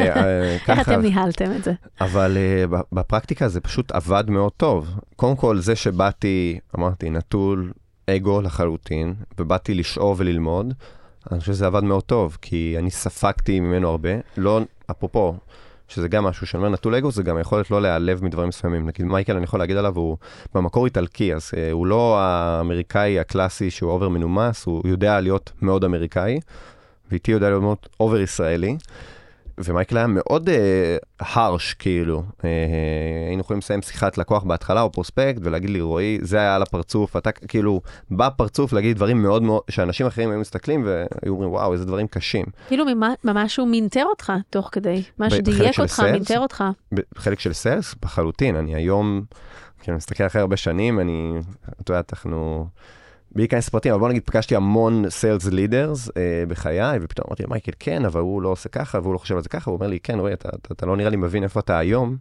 S2: איך אתם ניהלתם את זה?
S3: אבל בפרקטיקה זה פשוט עבד מאוד טוב. קודם כל, זה שבאתי, אמרתי, נטול אגו לחלוטין, ובאתי לשאוב וללמוד, אני חושב שזה עבד מאוד טוב, כי אני ספקתי ממנו הרבה. לא, אפרופו, שזה גם משהו שאני אומר, נטול אגו, זה גם יכולת לא להיעלב מדברים מסוימים. נגיד, מייקל, אני יכול להגיד עליו, הוא במקור איטלקי, אז הוא לא האמריקאי הקלאסי שהוא אובר מנומס, הוא יודע להיות מאוד אמריקאי, ואיתי יודע להיות מאוד אובר ישראלי, ומייקל היה מאוד הרש, כאילו. היינו יכולים לסיים שיחת לקוח בהתחלה או פרוספקט, ולהגיד לי, רועי, זה היה על הפרצוף, אתה כאילו, בפרצוף להגיד דברים מאוד מאוד, שאנשים אחרים היו מסתכלים, והיו אומרים, וואו, איזה דברים קשים.
S2: כאילו, ממש הוא מינטר אותך תוך כדי, מה שדייק אותך, מינטר אותך.
S3: בחלק של סיילס, בחלוטין, אני היום, כאילו, מסתכל אחרי הרבה שנים, אתה יודע, אנחנו... בהיכנס פרטים, אבל בוא נגיד, פגשתי המון סיילס לידרס בחיי, ופתאום אמרתי, מייקל, כן, אבל הוא לא עושה ככה, והוא לא חושב על זה ככה, הוא אומר לי, כן, רואי, אתה לא נראה לי מבין איפה אתה היום,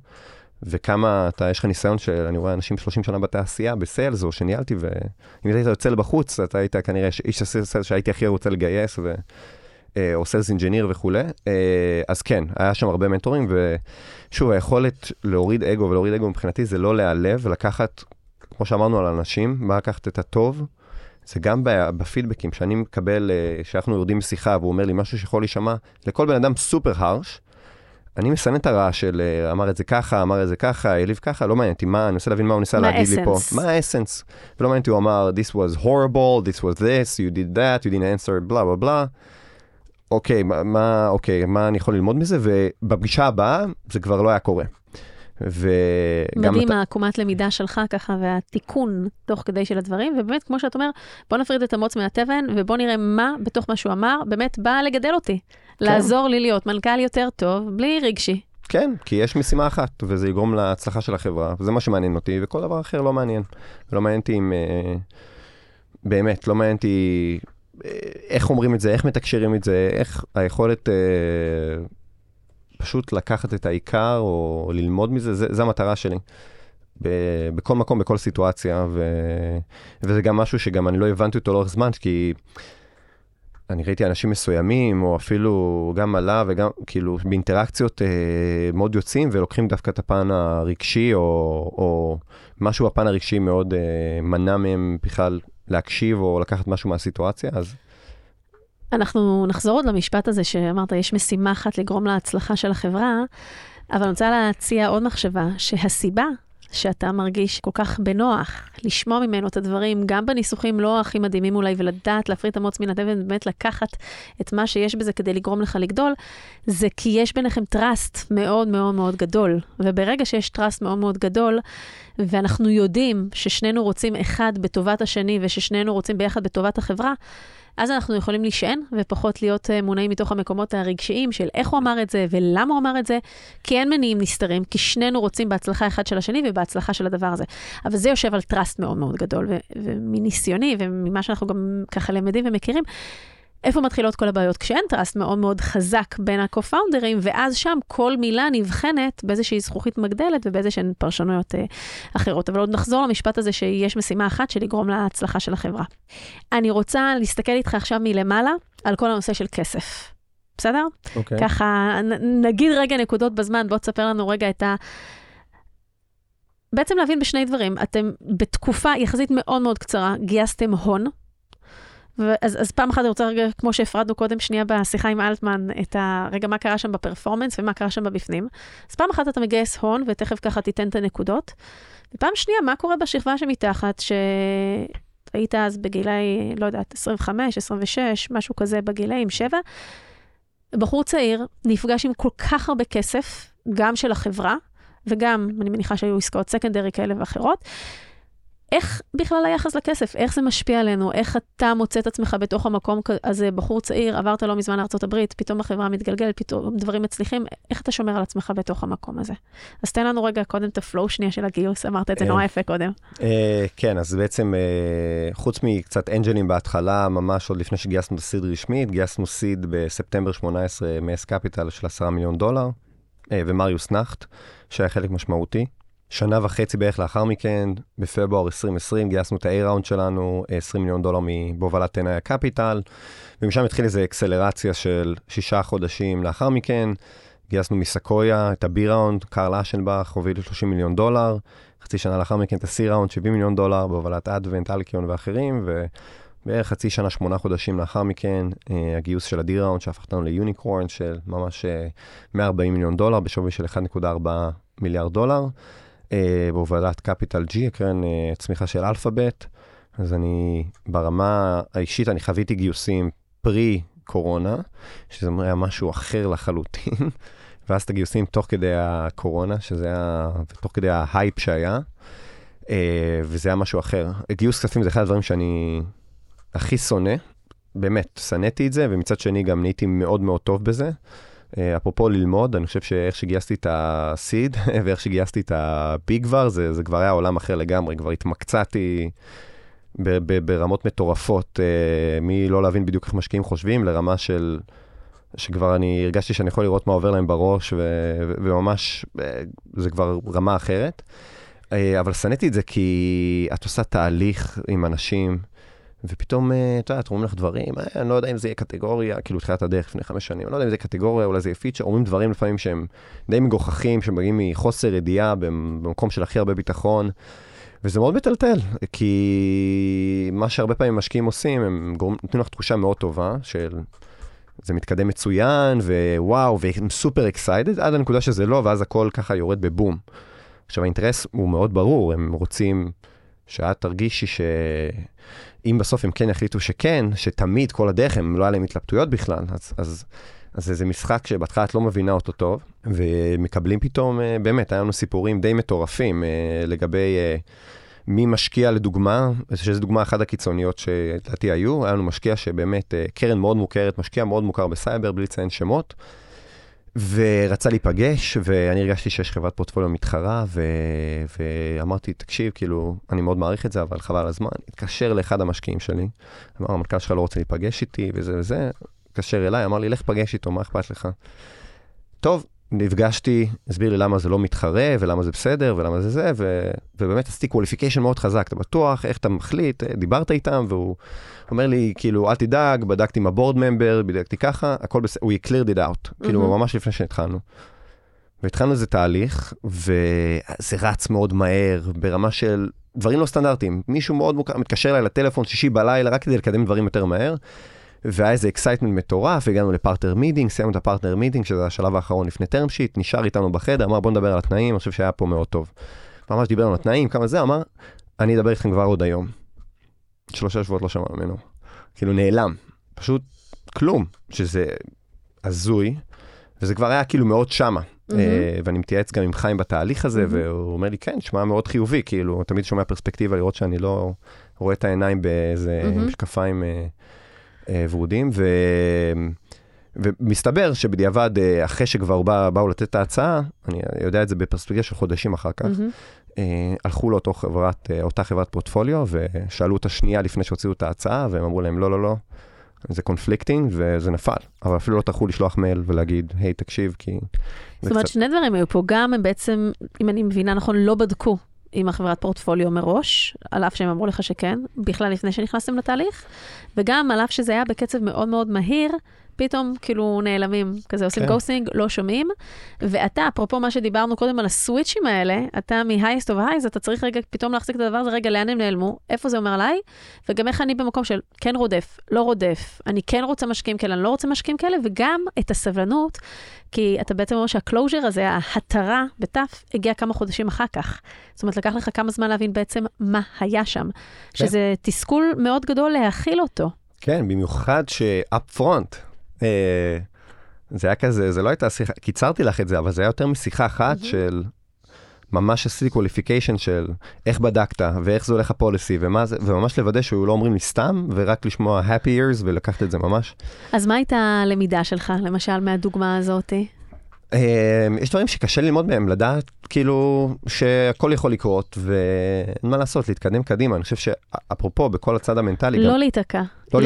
S3: וכמה יש לך ניסיון של, אני רואה אנשים 30 שנה בתעשייה, בסיילס, או שניהלתי, ואם היית יוצא לבחוץ, אתה היית כנראה איש הסיילס שהייתי הכי רוצה לגייס, או סיילס אינג'יניר וכו'. אז כן, היה שם הרבה מנטורים, ושוב, היכולת להוריד אגו ולהוריד אגו מבחינתי, זה לא להיעלב, ולקחת, כמו שאמרנו על אנשים, מה לקחת את הטוב, זה גם בפידבקים, שאני מקבל, שאנחנו יורדים משיחה, והוא אומר לי משהו שיכול להישמע, לכל בן אדם סופר הרש, אני מסנן את הרע של, אמר את זה ככה, אמר את זה ככה, העליב ככה, לא מעניין אותי, אני מנסה להבין מה הוא ניסה להגיד לי פה. מה האסנס? ולא מעניין אותי, הוא אמר, this was horrible, this was this, you did that, you didn't answer, בלה בלה בלה. אוקיי, מה אני יכול ללמוד מזה? ובפגישה הבאה, זה כבר לא היה קורה.
S2: מדהים העקומת למידה שלך ככה, והתיקון תוך כדי של הדברים, ובאמת, כמו שאת אומר, בוא נפריד את המוץ מהתבן, ובוא נראה מה בתוך מה שהוא אמר, באמת בא לגדל אותי, לעזור לי להיות מנכ"ל יותר טוב, בלי רגשי.
S3: כן, כי יש משימה אחת, וזה יגרום להצלחה של החברה, וזה מה שמעניין אותי, וכל דבר אחר לא מעניין. ולא מעניין אותי אם, באמת, לא מעניין אותי איך אומרים את זה, איך מתקשרים את זה, איך היכולת... פשוט לקחת את העיקר או ללמוד מזה, זה המטרה שלי. בכל מקום, בכל סיטואציה, וזה גם משהו שגם אני לא הבנתי אותו לאורך זמן, כי אני ראיתי אנשים מסוימים, או אפילו גם עלה וגם כאילו באינטראקציות מאוד יוצאים, ולוקחים דווקא את הפן הרגשי, או משהו בפן הרגשי מאוד מנע מהם בכלל להקשיב, או לקחת משהו מהסיטואציה, אז...
S2: אנחנו נחזור עוד למשפט הזה שאמרת, יש משימה אחת לגרום להצלחה של החברה, אבל אני רוצה להציע עוד מחשבה, שהסיבה שאתה מרגיש כל כך בנוח לשמוע ממנו את הדברים, גם בניסוחים לא הכי מדהימים אולי, ולדעת להפריד את המוץ מן התבן, באמת לקחת את מה שיש בזה כדי לגרום לך לגדול, זה כי יש ביניכם טראסט מאוד מאוד מאוד גדול. וברגע שיש טראסט מאוד מאוד גדול, ואנחנו יודעים ששנינו רוצים אחד בטובת השני, וששנינו רוצים ביחד בטובת החברה, אז אנחנו יכולים להישען ופחות להיות מונעים מתוך המקומות הרגשיים של איך הוא אמר את זה ולמה הוא אמר את זה, כי אין מניעים נסתרים, כי שנינו רוצים בהצלחה אחד של השני ובהצלחה של הדבר הזה. אבל זה יושב על טראסט מאוד מאוד גדול, ומניסיוני וממה שאנחנו גם ככה למדים ומכירים, איפה מתחילות כל הבעיות? כשאין טראסט מאוד מאוד חזק בין הקו-פאונדרים, ואז שם כל מילה נבחנת באיזושהי זכוכית מגדלת ובאיזשהן פרשנויות אחרות. אבל עוד נחזור למשפט הזה שיש משימה אחת של לגרום להצלחה של החברה. אני רוצה להסתכל איתך עכשיו מלמעלה על כל הנושא של כסף. בסדר?
S3: אוקיי.
S2: ככה נגיד רגע נקודות בזמן, בוא תספר לנו רגע את בעצם להבין בשני דברים. אתם בתקופה יחסית מאוד מאוד קצרה, גייסתם הון, אז פעם אחת אני רוצה רגע, כמו שהפרדנו קודם שנייה בשיחה עם אלטמן, את רגע מה קרה שם בפרפורמנס ומה קרה שם בבפנים. אז פעם אחת אתה מגייס הון, ותכף ככה תיתן את הנקודות. ופעם שנייה, מה קורה בשכבה שמתחת, שהיית אז בגילי, לא יודעת, 25, 26, משהו כזה בגילאים 7. בחור צעיר נפגש עם כל כך הרבה כסף, גם של החברה, וגם, אני מניחה שהיו עסקאות סקנדרי כאלה ואחרות, איך בכלל היחס לכסף? איך זה משפיע עלינו? איך אתה מוצא את עצמך בתוך המקום הזה, בחור צעיר, עברת לא מזמן לארצות הברית, פתאום החברה מתגלגל, פתאום דברים מצליחים, איך אתה שומר על עצמך בתוך המקום הזה? אז תן לנו רגע קודם את הפלואו שנייה של הגיוס, אמרת את זה נורא יפה קודם.
S3: כן, אז בעצם, חוץ מקצת אנג'לים בהתחלה, ממש עוד לפני שגייסנו את הסיד רשמית, גייסנו סיד בספטמבר 18 מס קפיטל של $10 מיליון, ומריוס נחט, שהיה חלק משמעותי. שנה וחצי בערך לאחר מכן, בפברואר 2020, גייסנו את ה-A-ראונד שלנו, $20 מיליון בהובלת טנאי קפיטל, ומשם התחיל איזו אקסלרציה של 6 חודשים לאחר מכן, גייסנו מסקויה את ה-B-ראונד, קארל אשנבך, הוביל $30 מיליון, חצי שנה לאחר מכן את ה-C-ראונד, $70 מיליון, בהובלת אדוונט, אלקיון ואחרים, ובערך חצי שנה, 8 חודשים לאחר מכן, הגיוס של ה-D-ראונד, שהפך אותנו ליוניקורן של ממש $140 מיליון, בשווי של $1.4 מיליארד, בהובלת קפיטל G, הקרן צמיחה של אלפאבית. אז אני, ברמה האישית, אני חוויתי גיוסים פרי-קורונה, שזה היה משהו אחר לחלוטין, ואז את הגיוסים תוך כדי הקורונה, שזה היה, תוך כדי ההייפ שהיה, וזה היה משהו אחר. גיוס כספים זה אחד הדברים שאני הכי שונא, באמת, שנאתי את זה, ומצד שני גם נהייתי מאוד מאוד טוב בזה. אפרופו ללמוד, אני חושב שאיך שגייסתי את הסיד, ואיך שגייסתי את הביג כבר, זה כבר היה עולם אחר לגמרי, כבר התמקצעתי ברמות מטורפות, מי לא להבין בדיוק איך משקיעים חושבים, לרמה שכבר אני הרגשתי שאני יכול לראות מה עובר להם בראש, וממש זה כבר רמה אחרת. אבל שנאתי את זה כי את עושה תהליך עם אנשים, ופתאום, אתה יודע, אומרים לך דברים, אני לא יודע אם זה יהיה קטגוריה, כאילו תחילת הדרך לפני 5 שנים, אני לא יודע אם זה קטגוריה, אולי זה יהיה פיצ'ר, אומרים דברים לפעמים שהם די מגוחכים, שמגיעים מחוסר ידיעה, במקום של הכי הרבה ביטחון, וזה מאוד מטלטל, כי מה שהרבה פעמים משקיעים עושים, הם נותנים לך תחושה מאוד טובה, של זה מתקדם מצוין, ווואו, והם סופר אקסיידד, עד הנקודה שזה לא, ואז הכל ככה יורד בבום. עכשיו, האינטרס הוא מאוד ברור, הם רוצים שאת תרגישי אם בסוף הם כן יחליטו שכן, שתמיד כל הדרך הם לא היה להם התלבטויות בכלל, אז זה משחק שבהתחלה את לא מבינה אותו טוב, ומקבלים פתאום, באמת, היה לנו סיפורים די מטורפים לגבי מי משקיע לדוגמה, שזו דוגמה אחת הקיצוניות שלדעתי היו, היה לנו משקיע שבאמת קרן מאוד מוכרת, משקיע מאוד מוכר בסייבר, בלי לציין שמות, ורצה להיפגש, ואני הרגשתי שיש חברת פורטפוליו מתחרה, ואמרתי, תקשיב, כאילו, אני מאוד מעריך את זה, אבל חבל הזמן. התקשר לאחד המשקיעים שלי, אמר, המנכ"ל שלך לא רוצה להיפגש איתי, וזה וזה, התקשר אליי, אמר לי, לך פגש איתו, מה אכפת לך? טוב, נפגשתי, הסביר לי למה זה לא מתחרה, ולמה זה בסדר, ולמה זה זה, ובאמת עשיתי קווליפיקיישן מאוד חזק, אתה בטוח, איך אתה מחליט, דיברת איתם, והוא אומר לי, כאילו, אל תדאג, בדקתי עם הבורד ממבר, בדקתי ככה, הכל בסדר, we cleared it out, כאילו, ממש לפני שהתחלנו. והתחלנו איזה תהליך, וזה רץ מאוד מהר, ברמה של דברים לא סטנדרטיים. מישהו מאוד מוכר, מתקשר אליי לטלפון, 6 בלילה, רק כדי לקדם דברים יותר מהר, והיה איזה אקסייטמנט מטורף, הגענו לפרטנר מיטינג, סיימנו את הפרטנר מיטינג, שזה השלב האחרון לפני טרם שיט, נשאר איתנו בחדר, אמר בוא נדבר על התנאים, אני חושב שהיה פה מאוד טוב. ממש דיבר על התנאים, כמה זה, אמר, אני אדבר איתכם כבר עוד היום. 3 שבועות לא שמע ממנו. כאילו נעלם, פשוט כלום, שזה הזוי, וזה כבר היה כאילו מאוד שמה. ואני מתייעץ גם עם חיים בתהליך הזה, והוא אומר לי, כן, שמע מאוד חיובי, כאילו, תמיד שומע פרספקטיבה לראות שאני לא רואה את העיניים באיזה משקפיים ורודים, ומסתבר שבדיעבד, אחרי שכבר באו לתת את ההצעה, אני יודע את זה בפרספקטיבה של חודשים אחר כך, הלכו לאותה חברת פורטפוליו, ושאלו אותה שנייה לפני שהוציאו את ההצעה, והם אמרו להם, לא, לא, לא, זה קונפליקטינג, וזה נפל. אבל אפילו לא תלכו לשלוח מייל ולהגיד, היי, תקשיב, כי...
S2: זאת אומרת, שני דברים היו פה, גם הם בעצם, אם אני מבינה נכון, לא בדקו עם החברת פורטפוליו מראש, על אף שהם אמרו לך שכן, בכלל לפני שנכנסתם לתהליך, וגם על אף שזה היה בקצב מאוד מאוד מהיר, פתאום כאילו נעלמים, כזה עושים גוסטינג, לא שומעים, ואתה, אפרופו מה שדיברנו קודם על הסוויצ'ים האלה, אתה מ-highest of highs, אתה צריך רגע פתאום להחזיק את הדבר הזה, רגע לאן הם נעלמו, איפה זה אומר עליי, וגם איך אני במקום של כן רודף, לא רודף, אני כן רוצה משקיעים כאלה, אני לא רוצה משקיעים כאלה, וגם את הסבלנות, כי אתה בעצם אומר שהקלוז'ר הזה, ההתרה בתף, הגיע כמה חודשים אחר כך. זאת אומרת, לקח לך כמה זמן להבין בעצם מה היה שם, שזה תסכול מאוד גדול להכיל אותו.
S3: כן, במיוחד ש-up front, זה היה כזה, זה לא הייתה שיחה, קיצרתי לך את זה, אבל זה היה יותר משיחה אחת של ממש עשיתי qualification של איך בדקת, ואיך זה הולך הפוליסי, וממש לוודא שהוא לא אומרים לי סתם, ורק לשמוע happy years, ולקחת את זה ממש.
S2: אז מה הייתה הלמידה שלך, למשל, מהדוגמה הזאת?
S3: יש דברים שקשה ללמוד מהם, לדעת כאילו שהכל יכול לקרות, ואין מה לעשות, להתקדם קדימה. אני חושב שאפרופו, בכל הצד המנטלי...
S2: לא להיתקע.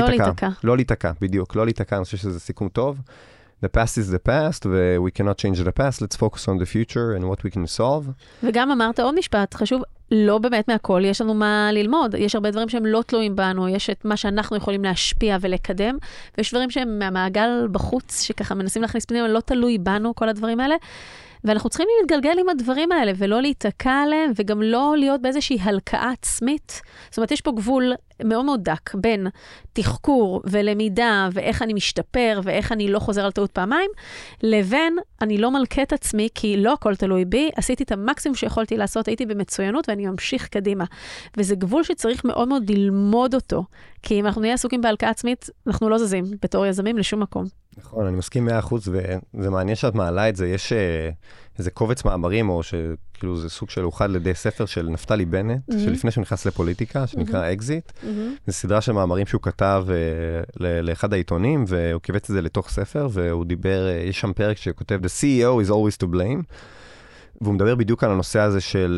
S3: לא להיתקע, בדיוק, לא להיתקע, אני חושב שזה סיכום טוב. The past is the past, we cannot change the past, let's focus on the future and what we can solve.
S2: וגם אמרת עוד משפט חשוב, לא באמת מהכל, יש לנו מה ללמוד, יש הרבה דברים שהם לא תלויים בנו, יש את מה שאנחנו יכולים להשפיע ולקדם, ויש דברים שהם מהמעגל בחוץ, שככה מנסים להכניס פנימה, לא תלוי בנו, כל הדברים האלה, ואנחנו צריכים להתגלגל עם הדברים האלה, ולא להיתקע עליהם, וגם לא להיות באיזושהי הלקאה עצמית. זאת אומרת, יש פה גבול מאוד מאוד דק, בין תחקור ולמידה, ואיך אני משתפר, ואיך אני לא חוזר על טעות פעמיים, לבין אני לא מלכה את עצמי, כי לא הכל תלוי בי, עשיתי את המקסימום שיכולתי לעשות, הייתי במצוינות, ואני ממשיך קדימה. וזה גבול שצריך מאוד מאוד ללמוד אותו, כי אם אנחנו נהיה עסוקים בהלקאה עצמית, אנחנו לא זזים בתור יזמים לשום מקום.
S3: נכון, אני מסכים 100%, וזה מעניין שאת מעלה את זה. יש איזה קובץ מאמרים, או שכאילו זה סוג של אוחד לידי ספר של נפתלי בנט, שלפני שהוא נכנס לפוליטיקה, שנקרא אקזיט. זו סדרה של מאמרים שהוא כתב לאחד העיתונים, והוא קיבץ את זה לתוך ספר, והוא דיבר, יש שם פרק שכותב, The CEO is always to blame, והוא מדבר בדיוק על הנושא הזה של...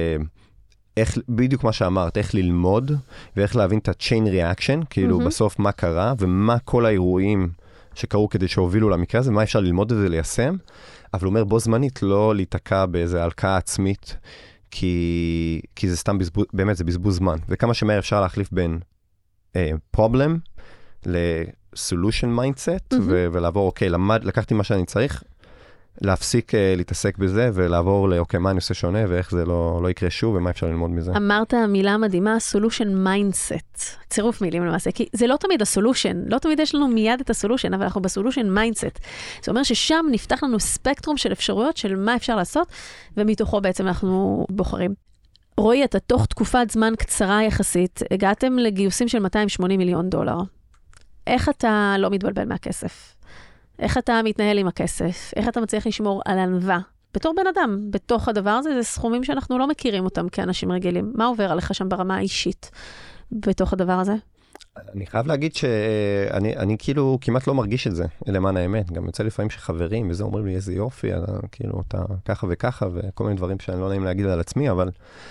S3: איך, בדיוק מה שאמרת, איך ללמוד, ואיך להבין את ה-chain reaction, כאילו בסוף מה קרה, ומה כל האירועים שקרו כדי שהובילו למקרה הזה, מה אפשר ללמוד את זה ליישם, אבל הוא אומר בו זמנית לא להיתקע באיזה הלקאה עצמית, כי זה סתם בזבוז, באמת זה בזבוז זמן, וכמה שמהר אפשר להחליף בין problem ל-solution mindset, ולעבור, אוקיי, לקחתי מה שאני צריך, להפסיק להתעסק בזה, ולעבור לאוקיי, מה אני עושה שונה, ואיך זה לא יקרה שוב, ומה אפשר ללמוד מזה.
S2: אמרת מילה מדהימה, solution mindset. צירוף מילים למעשה, כי זה לא תמיד הסולושן, לא תמיד יש לנו מיד את הסולושן, אבל אנחנו בסולושן mindset. זה אומר ששם נפתח לנו ספקטרום של אפשרויות, של מה אפשר לעשות, ומתוכו בעצם אנחנו בוחרים. רועי, אתה תוך תקופת זמן קצרה יחסית, הגעתם לגיוסים של $280 מיליון. איך אתה לא מתבלבל מהכסף? איך אתה מתנהל עם הכסף? איך אתה מצליח לשמור על ענווה? בתור בן אדם, בתוך הדבר הזה, זה סכומים שאנחנו לא מכירים אותם כאנשים רגילים. מה עובר עליך שם ברמה האישית בתוך הדבר הזה?
S3: אני חייב להגיד שאני כאילו כמעט לא מרגיש את זה, למען האמת. גם יוצא לפעמים שחברים וזה אומרים לי איזה יופי, כאילו אתה ככה וככה, וכל מיני דברים שאני לא נעים להגיד על עצמי, אבל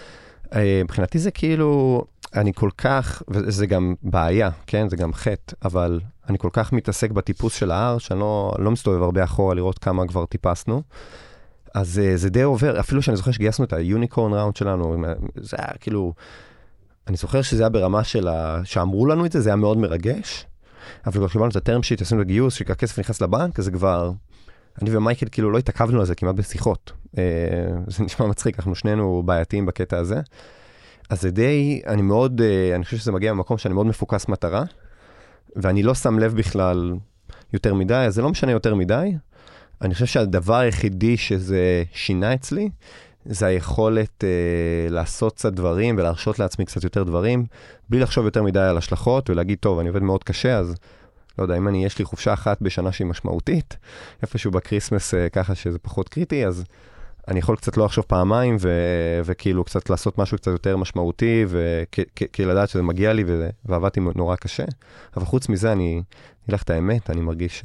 S3: מבחינתי זה כאילו, אני כל כך, וזה גם בעיה, כן? זה גם חטא, אבל אני כל כך מתעסק בטיפוס של ההר, שאני לא מסתובב הרבה אחורה לראות כמה כבר טיפסנו. אז זה די עובר, אפילו שאני זוכר שגייסנו את היוניקורן ראונד שלנו, זה היה כאילו, אני זוכר שזה היה ברמה שאמרו לנו את זה, זה היה מאוד מרגש, אבל כבר קיבלנו את הטרם שיט, עשינו את הגיוס, שהכסף נכנס לבנק, אז זה כבר, אני ומייקל כאילו לא התעכבנו על זה כמעט בשיחות. זה נשמע מצחיק, אנחנו שנינו בעייתיים בקטע הזה. אז זה די, אני חושב שזה מגיע ממקום שאני מאוד מפוקס מטרה, ואני לא שם לב בכלל יותר מדי, אז זה לא משנה יותר מדי. אני חושב שהדבר היחידי שזה שינה אצלי, זה היכולת לעשות קצת דברים ולהרשות לעצמי קצת יותר דברים, בלי לחשוב יותר מדי על השלכות ולהגיד, טוב, אני עובד מאוד קשה, אז לא יודע, אם יש לי חופשה אחת בשנה שהיא משמעותית, איפשהו בקריסמס ככה שזה פחות קריטי, אז אני יכול קצת לא לחשוב פעמיים, וכאילו קצת לעשות משהו קצת יותר משמעותי, וכי לדעת שזה מגיע לי, ועבדתי נורא קשה. אבל חוץ מזה, אני אלך את האמת, אני מרגיש,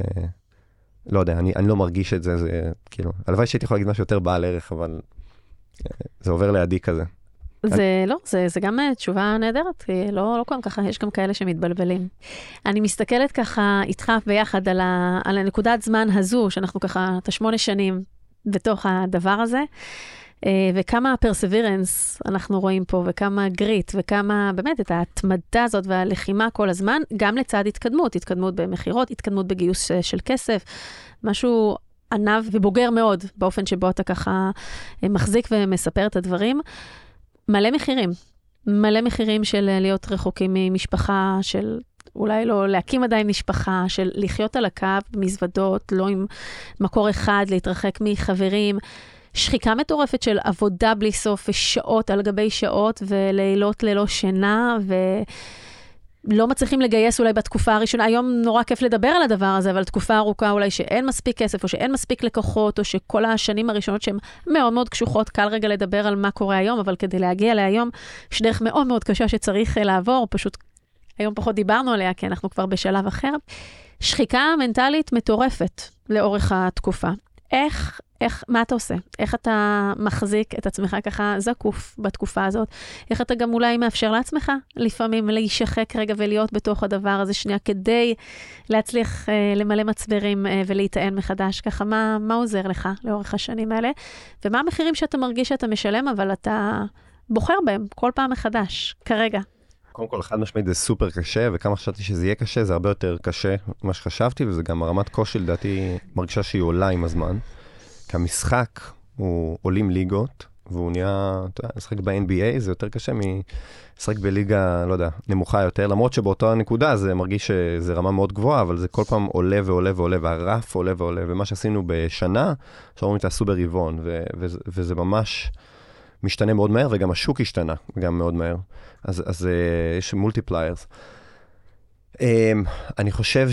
S3: לא יודע, אני לא מרגיש את זה, זה כאילו, הלוואי שהייתי יכול להגיד משהו יותר בעל ערך, אבל זה עובר לידי כזה.
S2: זה לא, זה גם תשובה נהדרת, כי לא קודם ככה, יש גם כאלה שמתבלבלים. אני מסתכלת ככה איתך ביחד על הנקודת זמן הזו, שאנחנו ככה את 8 שנים בתוך הדבר הזה, וכמה פרסבירנס אנחנו רואים פה, וכמה גריט, וכמה באמת את ההתמדה הזאת והלחימה כל הזמן, גם לצד התקדמות במחירות, התקדמות בגיוס של כסף, משהו ענב ובוגר מאוד, באופן שבו אתה ככה מחזיק ומספר את הדברים, מלא מחירים של להיות רחוקים ממשפחה, של אולי לא להקים עדיין משפחה, של לחיות על הקו, מזוודות, לא עם מקור אחד, להתרחק מחברים, שחיקה מטורפת של עבודה בלי סוף, ושעות על גבי שעות, ולילות ללא שינה, לא מצליחים לגייס אולי בתקופה הראשונה, היום נורא כיף לדבר על הדבר הזה, אבל תקופה ארוכה אולי שאין מספיק כסף, או שאין מספיק לקוחות, או שכל השנים הראשונות שהן מאוד מאוד קשוחות, קל רגע לדבר על מה קורה היום, אבל כדי להגיע להיום, יש דרך מאוד מאוד קשה שצריך לעבור, פשוט היום פחות דיברנו עליה, כי אנחנו כבר בשלב אחר. שחיקה מנטלית מטורפת לאורך התקופה. מה אתה עושה? איך אתה מחזיק את עצמך ככה זקוף בתקופה הזאת? איך אתה גם אולי מאפשר לעצמך לפעמים להישחק רגע ולהיות בתוך הדבר הזה שנייה, כדי להצליח למלא מצברים ולהיטען מחדש? ככה, מה עוזר לך לאורך השנים האלה? ומה המחירים שאתה מרגיש שאתה משלם, אבל אתה בוחר בהם כל פעם מחדש, כרגע?
S3: קודם כל, חד משמעית זה סופר קשה, וכמה חשבתי שזה יהיה קשה, זה הרבה יותר קשה ממה שחשבתי, וזה גם הרמת קושי, לדעתי, מרגישה שהיא עולה עם הזמן. כי המשחק הוא עולים ליגות, והוא נהיה, אתה יודע, משחק ב-NBA, זה יותר קשה משחק בליגה, לא יודע, נמוכה יותר, למרות שבאותה נקודה זה מרגיש שזה רמה מאוד גבוהה, אבל זה כל פעם עולה ועולה ועולה, והרף עולה ועולה, ומה שעשינו בשנה, שאומרים תעשו ברבעון, וזה ממש משתנה מאוד מהר, וגם השוק השתנה, גם מאוד מהר. אז יש מולטיפליירס. אני חושב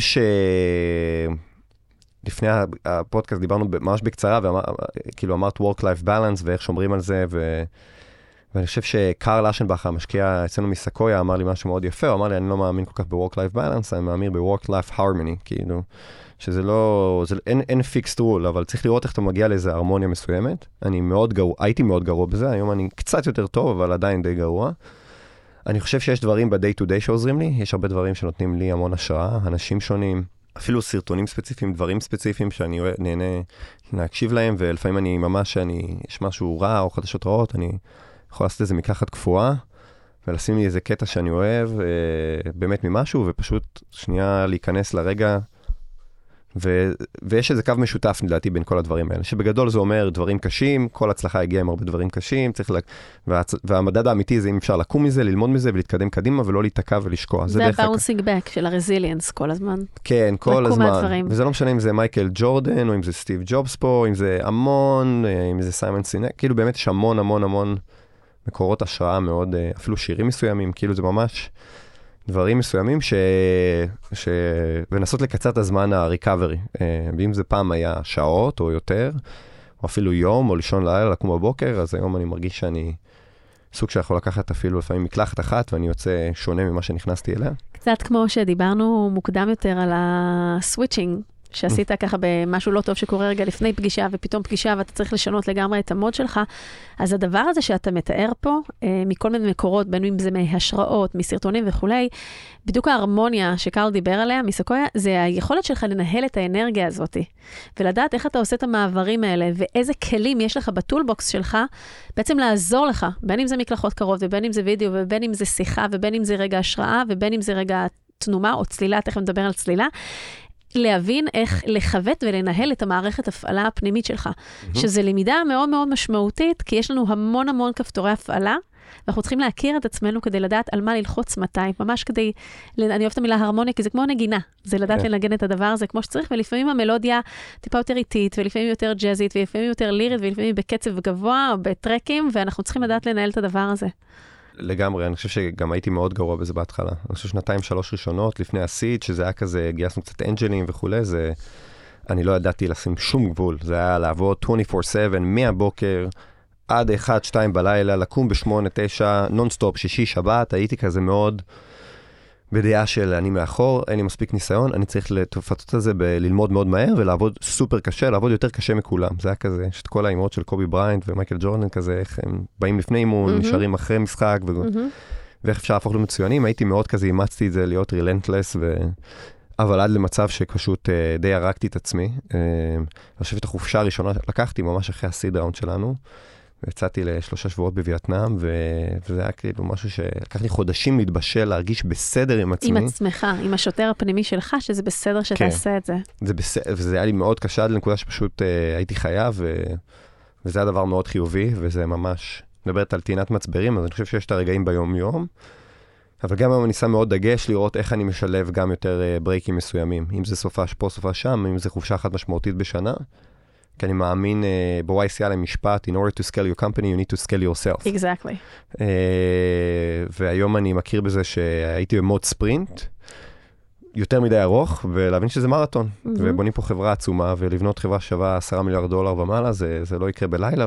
S3: לפני הפודקאסט דיברנו ממש בקצרה, וכאילו אמרת work-life balance ואיך שומרים על זה, ואני חושב שקארל אשנבך, המשקיע אצלנו מסקויה, אמר לי משהו מאוד יפה, הוא אמר לי, אני לא מאמין כל כך ב-work-life balance, אני מאמין ב-work-life harmony, כאילו, שזה לא, אין fixed rule, אבל צריך לראות איך אתה מגיע לאיזו הרמוניה מסוימת. אני מאוד גרוע, הייתי מאוד גרוע בזה, היום אני קצת יותר טוב, אבל עדיין די גרוע. אני חושב שיש דברים ב-day to day שעוזרים לי, יש הרבה דברים שנותנים לי המון השראה, אנשים שונים, אפילו סרטונים ספציפיים, דברים ספציפיים שאני נהנה להקשיב להם, ולפעמים אני ממש, יש משהו רע או חדשות רעות, אני יכול לעשות איזה מקלחת קפואה, ולשים לי איזה קטע שאני אוהב, באמת ממשהו, ופשוט שנייה להיכנס לרגע, ויש איזה קו משותף לדעתי בין כל הדברים האלה, שבגדול זה אומר דברים קשים, כל הצלחה הגיעה עם הרבה דברים קשים, והמדד האמיתי זה אם אפשר לקום מזה, ללמוד מזה ולהתקדם קדימה ולא להתעכב ולשקוע.
S2: זה ה-bouncing back של הרזיליאנס כל הזמן.
S3: כן, כל הזמן. וזה לא משנה אם זה מייקל ג'ורדן, או אם זה סטיב ג'ובס פה, או אם זה המון, אם זה סיימון סינק, כאילו באמת יש המון המון המון מקורות השראה מאוד, אפילו שירים מסוימים, כאילו זה ממש דברים מסוימים ונסות לקצר את הזמן הריקאברי. ואם זה פעם היה שעות או יותר, או אפילו יום, או לישון לילה, לקום בבוקר, אז היום אני מרגיש שאני סוג שיכול לקחת אפילו לפעמים מקלחת אחת, ואני יוצא שונה ממה שנכנסתי אליה.
S2: קצת כמו שדיברנו מוקדם יותר על הסוויצ'ינג, שעשית ככה במשהו לא טוב שקורה רגע לפני פגישה, ופתאום פגישה, ואתה צריך לשנות לגמרי את המוד שלך. אז הדבר הזה שאתה מתאר פה, מכל מיני מקורות, בין אם זה מהשראות, מסרטונים וכולי, בדיוק ההרמוניה שקארל דיבר עליה, מסקויה, זה היכולת שלך לנהל את האנרגיה הזאת, ולדעת איך אתה עושה את המעברים האלה, ואיזה כלים יש לך בטולבוקס שלך, בעצם לעזור לך, בין אם זה מקלחות קרוב, ובין אם זה וידאו, ובין אם זה שיחה, ובין אם זה רגע השראה, ובין אם זה רגע תנומה או צלילה, תכף נדבר על צלילה, להבין איך לחוות ולנהל את המערכת הפעלה הפנימית שלך, שזה למידה מאוד מאוד משמעותית, כי יש לנו המון המון כפתורי הפעלה, ואנחנו צריכים להכיר את עצמנו כדי לדעת על מה ללחוץ מתי, ממש כדי, אני אוהבת את המילה הרמוניה, כי זה כמו נגינה, זה לדעת לנגן את הדבר הזה כמו שצריך, ולפעמים המלודיה טיפה יותר איטית, ולפעמים יותר ג'אזית, ולפעמים יותר לירית, ולפעמים בקצב גבוה, או בטרקים, ואנחנו צריכים לדעת לנהל את הדבר הזה.
S3: לגמרי, אני חושב שגם הייתי מאוד גרוע בזה בהתחלה. אני חושב 2-3 ראשונות לפני הסיד, שזה היה כזה, גייסנו קצת אנג'לים וכולי, זה, אני לא ידעתי לשים שום גבול. זה היה לעבוד 24/7, מהבוקר עד 1-2 בלילה, לקום ב-8-9, נונסטופ, שישי, שבת, הייתי כזה מאוד בדעה של אני מאחור, אין לי מספיק ניסיון, אני צריך לפצות את זה בללמוד מאוד מהר, ולעבוד סופר קשה, לעבוד יותר קשה מכולם. זה היה כזה, יש את כל האימות של קובי בריינט ומייקל ג'ורדן כזה, איך הם באים לפני אימון, נשארים אחרי משחק, ואיך אפשר להפוך למצוינים. הייתי מאוד כזה, אימצתי את זה להיות רילנטלס, אבל עד למצב שפשוט די הרגתי את עצמי. אני חושב את החופשה הראשונה לקחתי ממש אחרי הסיד ראונד שלנו, ויצאתי ל3 שבועות בווייטנאם, וזה היה כאילו משהו שלקח לי חודשים להתבשל, להרגיש בסדר עם עצמי.
S2: עם עצמך, עם השוטר הפנימי שלך, שזה בסדר שתעשה את זה.
S3: וזה היה לי מאוד קשה עד לנקודה שפשוט הייתי חייב, וזה היה דבר מאוד חיובי, וזה ממש, מדברת על טעינת מצברים, אז אני חושב שיש את הרגעים ביום-יום, אבל גם היום אני שם מאוד דגש לראות איך אני משלב גם יותר ברייקים מסוימים, אם זה סופה פה, סופה שם, אם זה חופשה אחת משמעותית בשנה, כי אני מאמין ב-YCL למשפט, in order to scale your company, you need to scale yourself.
S2: Exactly.
S3: והיום אני מכיר בזה שהייתי במוד ספרינט, יותר מדי ארוך, ולהבין שזה מרתון. ובונים פה חברה עצומה, ולבנות חברה שווה $10 מיליארד ומעלה, זה לא יקרה בלילה,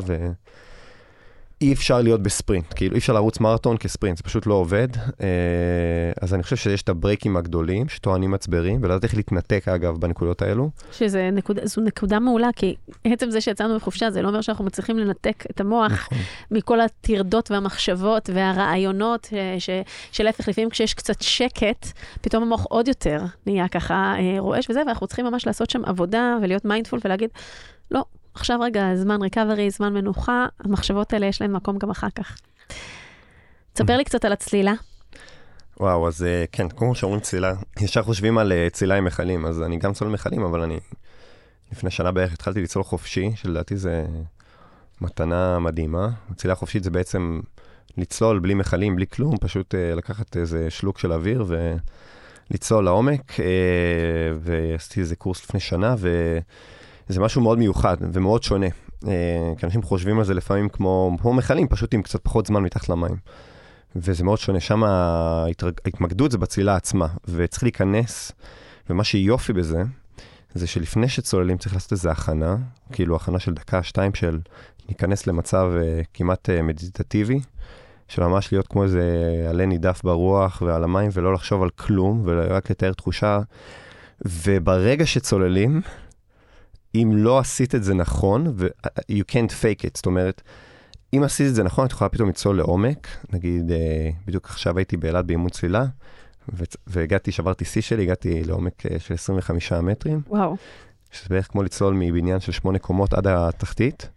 S3: אי אפשר להיות בספרינט, כאילו אי אפשר לרוץ מרתון כספרינט, זה פשוט לא עובד. אז אני חושב שיש את הברייקים הגדולים, שטוענים מצברים, ולדעת איך להתנתק אגב בנקודות האלו.
S2: זו נקודה מעולה, כי עצם זה שיצאנו בחופשה, זה לא אומר שאנחנו מצליחים לנתק את המוח מכל התרדות והמחשבות והרעיונות, שלהפך לפעמים כשיש קצת שקט, פתאום המוח עוד יותר נהיה ככה רועש וזה, ואנחנו צריכים ממש לעשות שם עבודה ולהיות מיינדפול ולהגיד, לא, עכשיו רגע, זמן ריקאברי, זמן מנוחה, המחשבות האלה יש להן מקום גם אחר כך. תספר לי קצת על הצלילה.
S3: וואו, אז כן, כמו שאומרים צלילה, ישר חושבים על צלילה עם מחלים, אז אני גם צולל מחלים, אבל אני לפני שנה בערך התחלתי לצלול חופשי, שלדעתי זה מתנה מדהימה. צלילה חופשית זה בעצם לצלול בלי מחלים, בלי כלום, פשוט לקחת איזה שלוק של אוויר ולצלול לעומק, ועשיתי איזה קורס לפני שנה, זה משהו מאוד מיוחד ומאוד שונה. כי אנשים חושבים על זה לפעמים כמו מחלים, פשוט עם קצת פחות זמן מתחת למים. וזה מאוד שונה. שם ההתמקדות זה בצלילה עצמה, וצריך להיכנס, ומה שיופי בזה, זה שלפני שצוללים צריך לעשות איזו הכנה, כאילו הכנה של דקה, 2 של להיכנס למצב כמעט מדיטטיבי, של ממש להיות כמו איזה עלה נידף ברוח ועל המים, ולא לחשוב על כלום, ורק לתאר תחושה. וברגע שצוללים, אם לא עשית את זה נכון, you can't fake it, זאת אומרת, אם עשית את זה נכון, את יכולה פתאום לצלול לעומק, נגיד, בדיוק עכשיו הייתי באילת באימון צלילה, והגעתי, שברתי שיא שלי, הגעתי לעומק של 25 מטרים.
S2: וואו.
S3: שזה בערך כמו לצלול מבניין של 8 קומות עד התחתית,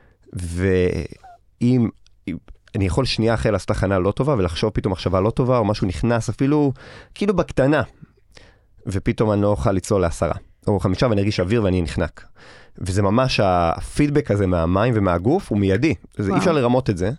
S3: ואם אני יכול שנייה אחרי לעשות הכנה לא טובה, ולחשוב פתאום מחשבה לא טובה, או משהו נכנס אפילו, כאילו בקטנה, ופתאום אני לא אוכל לצלול ל10. או 5 ואני ארגיש אוויר ואני נחנק. וזה ממש הפידבק הזה מהמים ומהגוף הוא מיידי. אי אפשר לרמות את זה.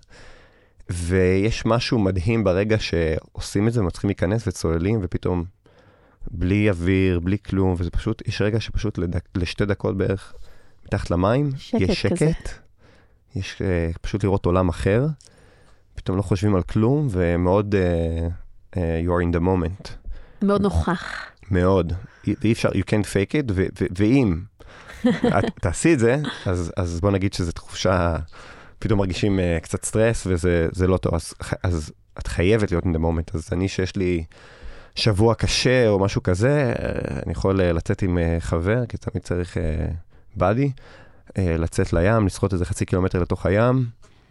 S3: ויש משהו מדהים ברגע שעושים את זה, מצליחים להיכנס וצוללים, ופתאום בלי אוויר, בלי כלום, וזה פשוט, יש רגע שפשוט ל2 דקות בערך מתחת למים, יש שקט. יש פשוט לראות עולם אחר. פתאום לא חושבים על כלום, ומאוד you are in the moment.
S2: מאוד נוכח.
S3: מאוד. אי אפשר, you can't fake it, ואם תעשי את זה, אז בוא נגיד שזו תחושה, פתאום מרגישים קצת סטרס, וזה לא טוב. אז את חייבת להיות in the moment. אז אני שיש לי שבוע קשה או משהו כזה, אני יכול לצאת עם חבר, כי תמיד צריך בדי, לצאת לים, לשחות איזה 0.5 קילומטר לתוך הים,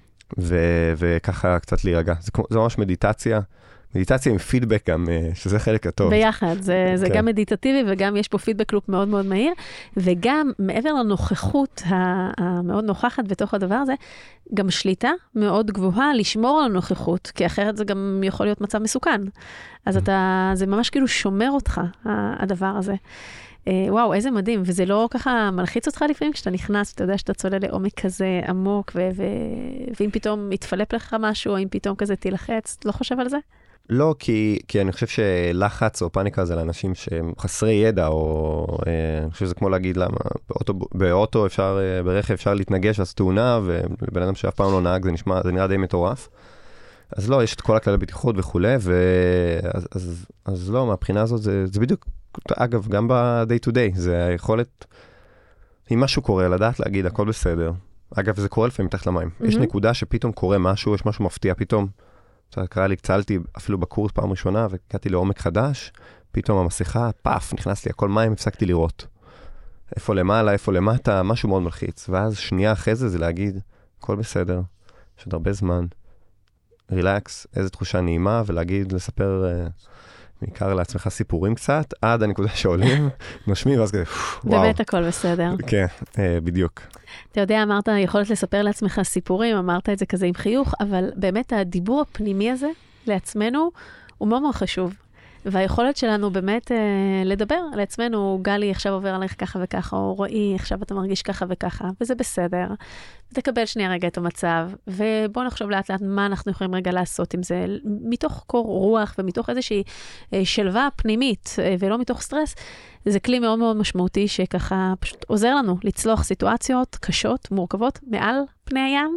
S3: וככה קצת להירגע. זה ממש מדיטציה. מדיטציה עם פידבק גם, שזה חלק הטוב.
S2: ביחד, זה גם מדיטטיבי, וגם יש פה פידבק לופ מאוד מאוד מהיר, וגם מעבר לנוכחות המאוד נוכחת בתוך הדבר הזה, גם שליטה מאוד גבוהה לשמור על הנוכחות, כי אחרת זה גם יכול להיות מצב מסוכן. אז זה ממש כאילו שומר אותך, הדבר הזה. וואו, איזה מדהים, וזה לא ככה מלחיץ אותך לפעמים, כשאתה נכנס, אתה יודע שאתה צולל לעומק כזה עמוק, ואם פתאום יתפלפ לך משהו, או אם פתאום כזה תלחץ, לא חושב על זה?
S3: לא, כי אני חושב שלחץ או פאניקה זה לאנשים שהם חסרי ידע, או אני חושב שזה כמו להגיד למה, באוטו אפשר, ברכב אפשר להתנגש, לעשות תאונה, ובן אדם שאף פעם לא נהג, זה נראה די מטורף. אז לא, יש את כל הכלל הבטיחות וכו', אז לא, מהבחינה הזאת זה בדיוק, אגב, גם ב-day to day, זה היכולת, אם משהו קורה, לדעת להגיד, הכל בסדר. אגב, זה קורה לפעמים מתחת למים. יש נקודה שפתאום קורה משהו, יש משהו מפתיע, פתאום, קרה לי, צלתי אפילו בקורס פעם ראשונה, והגעתי לעומק חדש, פתאום המסכה, פאף, נכנס לי הכל מים, הפסקתי לראות. איפה למעלה, איפה למטה, משהו מאוד מלחיץ. ואז שנייה אחרי זה להגיד, הכל בסדר, יש עוד הרבה זמן, רילקס, איזו תחושה נעימה, ולהגיד, לספר, בעיקר לעצמך סיפורים קצת, עד הנקודה שעולים, נושמים, ואז כזה, וואו.
S2: באמת הכל בסדר.
S3: כן, בדיוק.
S2: אתה יודע, אמרת, יכולת לספר לעצמך סיפורים, אמרת את זה כזה עם חיוך, אבל באמת הדיבור הפנימי הזה לעצמנו, הוא מאוד מאוד חשוב. והיכולת שלנו באמת לדבר לעצמנו, גלי עכשיו עובר עליך ככה וככה, או רועי עכשיו אתה מרגיש ככה וככה, וזה בסדר. תקבל שנייה רגע את המצב, ובואו נחשוב לאט לאט מה אנחנו יכולים רגע לעשות עם זה, מתוך קור רוח ומתוך איזושהי שלווה פנימית, ולא מתוך סטרס. זה כלי מאוד מאוד משמעותי שככה פשוט עוזר לנו לצלוח סיטואציות קשות, מורכבות, מעל פני הים,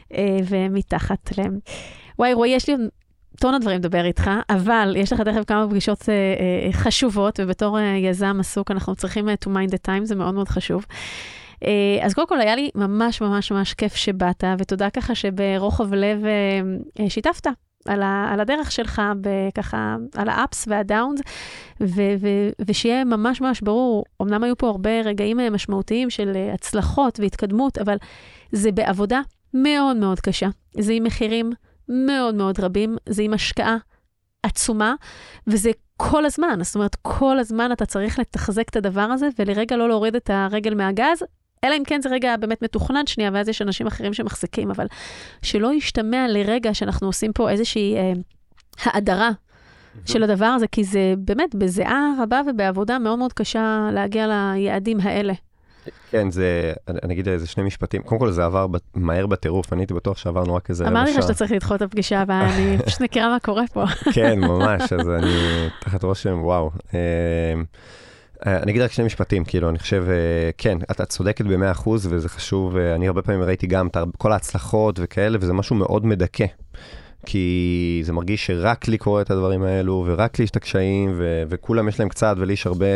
S2: ומתחת להם. וואי, רועי, יש לי טון הדברים לדבר איתך, אבל יש לך תכף כמה פגישות חשובות, ובתור יזם עסוק אנחנו צריכים to mind the time, זה מאוד מאוד חשוב. אז קודם כל היה לי ממש ממש ממש כיף שבאת, ותודה ככה שברוחב לב שיתפת על הדרך שלך, ככה על האפס והדאונס, ושיהיה ממש ממש ברור, אמנם היו פה הרבה רגעים משמעותיים של הצלחות והתקדמות, אבל זה בעבודה מאוד מאוד קשה. זה עם מחירים מאוד מאוד רבים, זה עם השקעה עצומה, וזה כל הזמן, זאת אומרת, כל הזמן אתה צריך לתחזק את הדבר הזה, ולרגע לא להוריד את הרגל מהגז, אלא אם כן זה רגע באמת מתוכנן שנייה, ואז יש אנשים אחרים שמחזיקים, אבל שלא ישתמע לרגע שאנחנו עושים פה איזושהי האדרה של הדבר הזה, כי זה באמת בזיעה רבה ובעבודה מאוד מאוד קשה להגיע ליעדים האלה.
S3: כן, אני אגיד איזה שני משפטים. קודם כל זה עבר מהר בטירוף, אני הייתי בטוח שעברנו רק איזה רבע שעה.
S2: אמרתי לך שאתה צריך לדחות את הפגישה הבאה, אני פשוט מכירה מה קורה פה.
S3: כן, ממש, אז אני תחת רושם, וואו. אני אגיד רק שני משפטים, כאילו, אני חושב, כן, אתה צודקת ב100%, וזה חשוב, אני הרבה פעמים ראיתי גם כל ההצלחות וכאלה, וזה משהו מאוד מדכא. כי זה מרגיש שרק לי קורה את הדברים האלו, ורק לי יש את הקשיים, וכולם יש להם קצת ולי יש הרבה,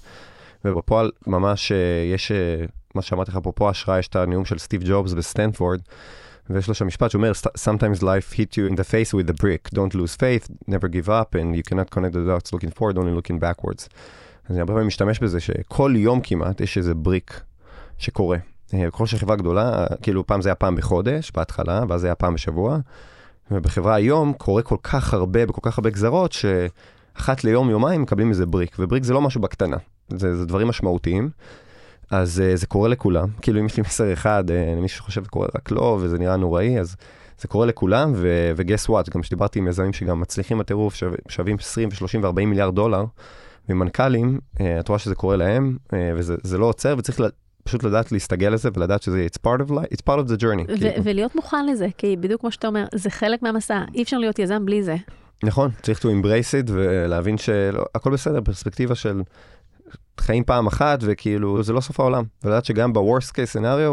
S3: ובפועל ממש יש, מה שאמרתי לך פה השראה, יש את הנאום של סטיב ג'ובס בסטנפורד, ויש לו שם משפט שאומר, sometimes life hit you in the face with a brick, don't lose faith, never give up, and you cannot connect the dots looking forward, only looking backwards. אז אני הרבה פעמים משתמש בזה שכל יום כמעט יש איזה בריק שקורה. ככל שחברה גדולה, כאילו פעם זה היה פעם בחודש, בהתחלה, ואז זה היה פעם בשבוע, ובחברה היום קורה כל כך הרבה, בכל כך הרבה גזרות, שאחת ליום, יומיים מקבלים איזה בריק, ובריק זה לא משהו בקטנה, זה דברים משמעותיים, אז זה קורה לכולם, כאילו אם יש לי מסר אחד, מישהו שחושב קורה רק לא, וזה נראה נוראי, אז זה קורה לכולם, ו-guess what, גם שדיברתי עם יזמים שגם מצליחים בטירוף, שווים 20 ו-30 ו-40 מיליארד דולר, ומנכ"לים, את רואה שזה קורה להם, וזה לא עוצר, וצריך פשוט לדעת להסתגל לזה, ולדעת שזה it's part of the journey.
S2: ולהיות מוכן לזה, כי בדיוק כמו שאתה אומר, זה חלק מהמסע, אי אפשר להיות יזם בלי זה.
S3: נכון, צריך to embrace it, ולהבין שהכל בסדר, פרספקטיבה של חיים פעם אחת, וכאילו, זה לא סוף העולם. ולדעת שגם ב-worst case scenario,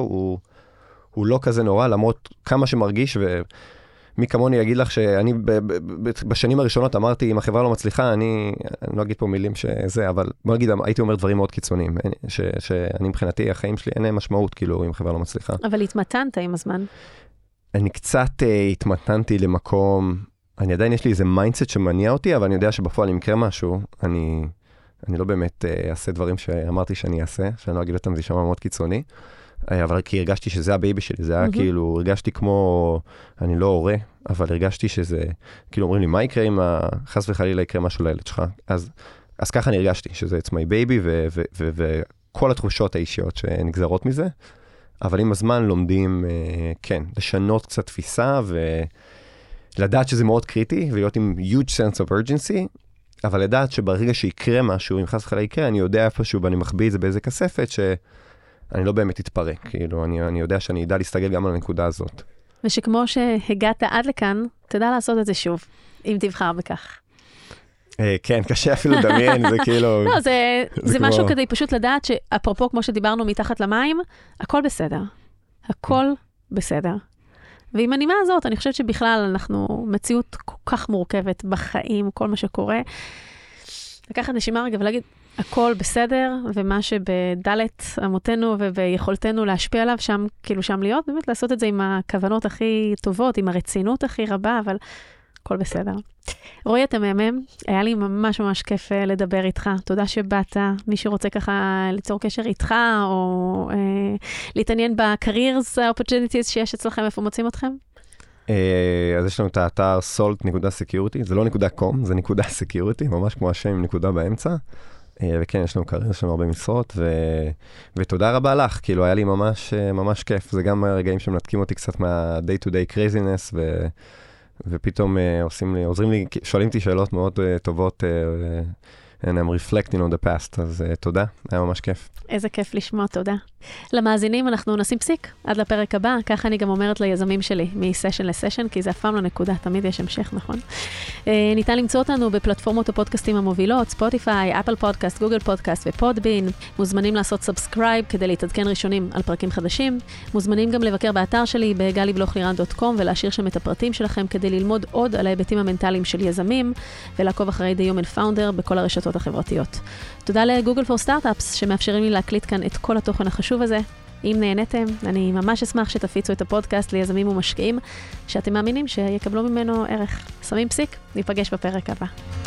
S3: הוא לא כזה נורא, למרות כמה שמרגיש, מי כמוני יגיד לך שאני בשנים הראשונות אמרתי, אם החברה לא מצליחה, אני לא אגיד פה מילים שזה, אבל בוא נגיד, הייתי אומר דברים מאוד קיצוניים, שאני מבחינתי, החיים שלי אין להם משמעות, כאילו, אם החברה לא מצליחה.
S2: אבל התמתנת עם הזמן.
S3: אני קצת התמתנתי למקום, אני עדיין יש לי איזה מיינדסט שמניע אותי, אבל אני יודע שבפועל אם יקרה משהו, אני לא באמת אעשה דברים שאמרתי שאני אעשה, שאני לא אגיד אותם, זה יישמע מאוד קיצוני. אבל כי הרגשתי שזה הבייבי שלי, זה היה כאילו, הרגשתי כמו, אני לא הורה, אבל הרגשתי שזה, כאילו אומרים לי, מה יקרה אם חס וחלילה יקרה משהו לילד שלך? אז ככה אני הרגשתי, שזה it's my baby, וכל התחושות האישיות שנגזרות מזה, אבל עם הזמן לומדים, כן, לשנות קצת תפיסה, ולדעת שזה מאוד קריטי, ולהיות עם huge sense of urgency, אבל לדעת שברגע שיקרה משהו, אם חס וחלילה יקרה, אני יודע איפשהו, ואני מחביא את זה באיזה כספת, אני לא באמת אתפרק, כאילו, אני יודע שאני אדע להסתגל גם על הנקודה הזאת.
S2: ושכמו שהגעת עד לכאן, תדע לעשות את זה שוב, אם תבחר בכך.
S3: כן, קשה אפילו לדמיין, זה כאילו...
S2: לא, זה משהו כדי פשוט לדעת שאפרופו, כמו שדיברנו מתחת למים, הכל בסדר. הכל בסדר. ועם הנימה הזאת, אני חושבת שבכלל אנחנו מציאות כל כך מורכבת בחיים, כל מה שקורה. לקחת נשימה רגע ולהגיד, הכל בסדר, ומה שבדלת אמותינו וביכולתנו להשפיע עליו, שם, כאילו שם להיות, באמת לעשות את זה עם הכוונות הכי טובות, עם הרצינות הכי רבה, אבל הכל בסדר. רועי, אתה מהמם, היה לי ממש ממש כיף לדבר איתך. תודה שבאת. מי שרוצה ככה ליצור קשר איתך, או להתעניין ב-careers opportunities שיש אצלכם, איפה מוצאים אתכם?
S3: אז יש לנו את האתר salt.security, זה לא .com, זה .security, ממש כמו השם, נקודה באמצע. וכן, יש לנו קריירה, יש לנו הרבה משרות, ותודה רבה לך, כאילו היה לי ממש כיף, זה גם הרגעים שמנתקים אותי קצת מה-day to day craziness, ופתאום עוזרים לי, שואלים אותי שאלות מאוד טובות, and I'm reflecting on the past, אז תודה, היה ממש כיף.
S2: איזה כיף לשמוע, תודה. למאזינים אנחנו נשים פסיק עד לפרק הבא, ככה אני גם אומרת ליזמים שלי, מסשן לסשן, כי זה אף פעם לא נקודה, תמיד יש המשך, נכון? ניתן למצוא אותנו בפלטפורמות הפודקאסטים המובילות, ספוטיפיי, אפל פודקאסט, גוגל פודקאסט ופודבין. מוזמנים לעשות סאבסקרייב כדי להתעדכן ראשונים על פרקים חדשים. מוזמנים גם לבקר באתר שלי ב-galiblochliran.com ולהשאיר שם את הפרטים שלכם כדי ללמוד עוד על ההיבטים המנטליים של יזמים ולעקוב אחרי The Human Founder בכל הרשתות החברתיות. תודה לגוגל פור סטארט-אפס שמאפשרים לי להקליט כאן את כל התוכן החשוב הזה. אם נהניתם, אני ממש אשמח שתפיצו את הפודקאסט ליזמים ומשקיעים שאתם מאמינים שיקבלו ממנו ערך. שמים פסיק, ניפגש בפרק הבא.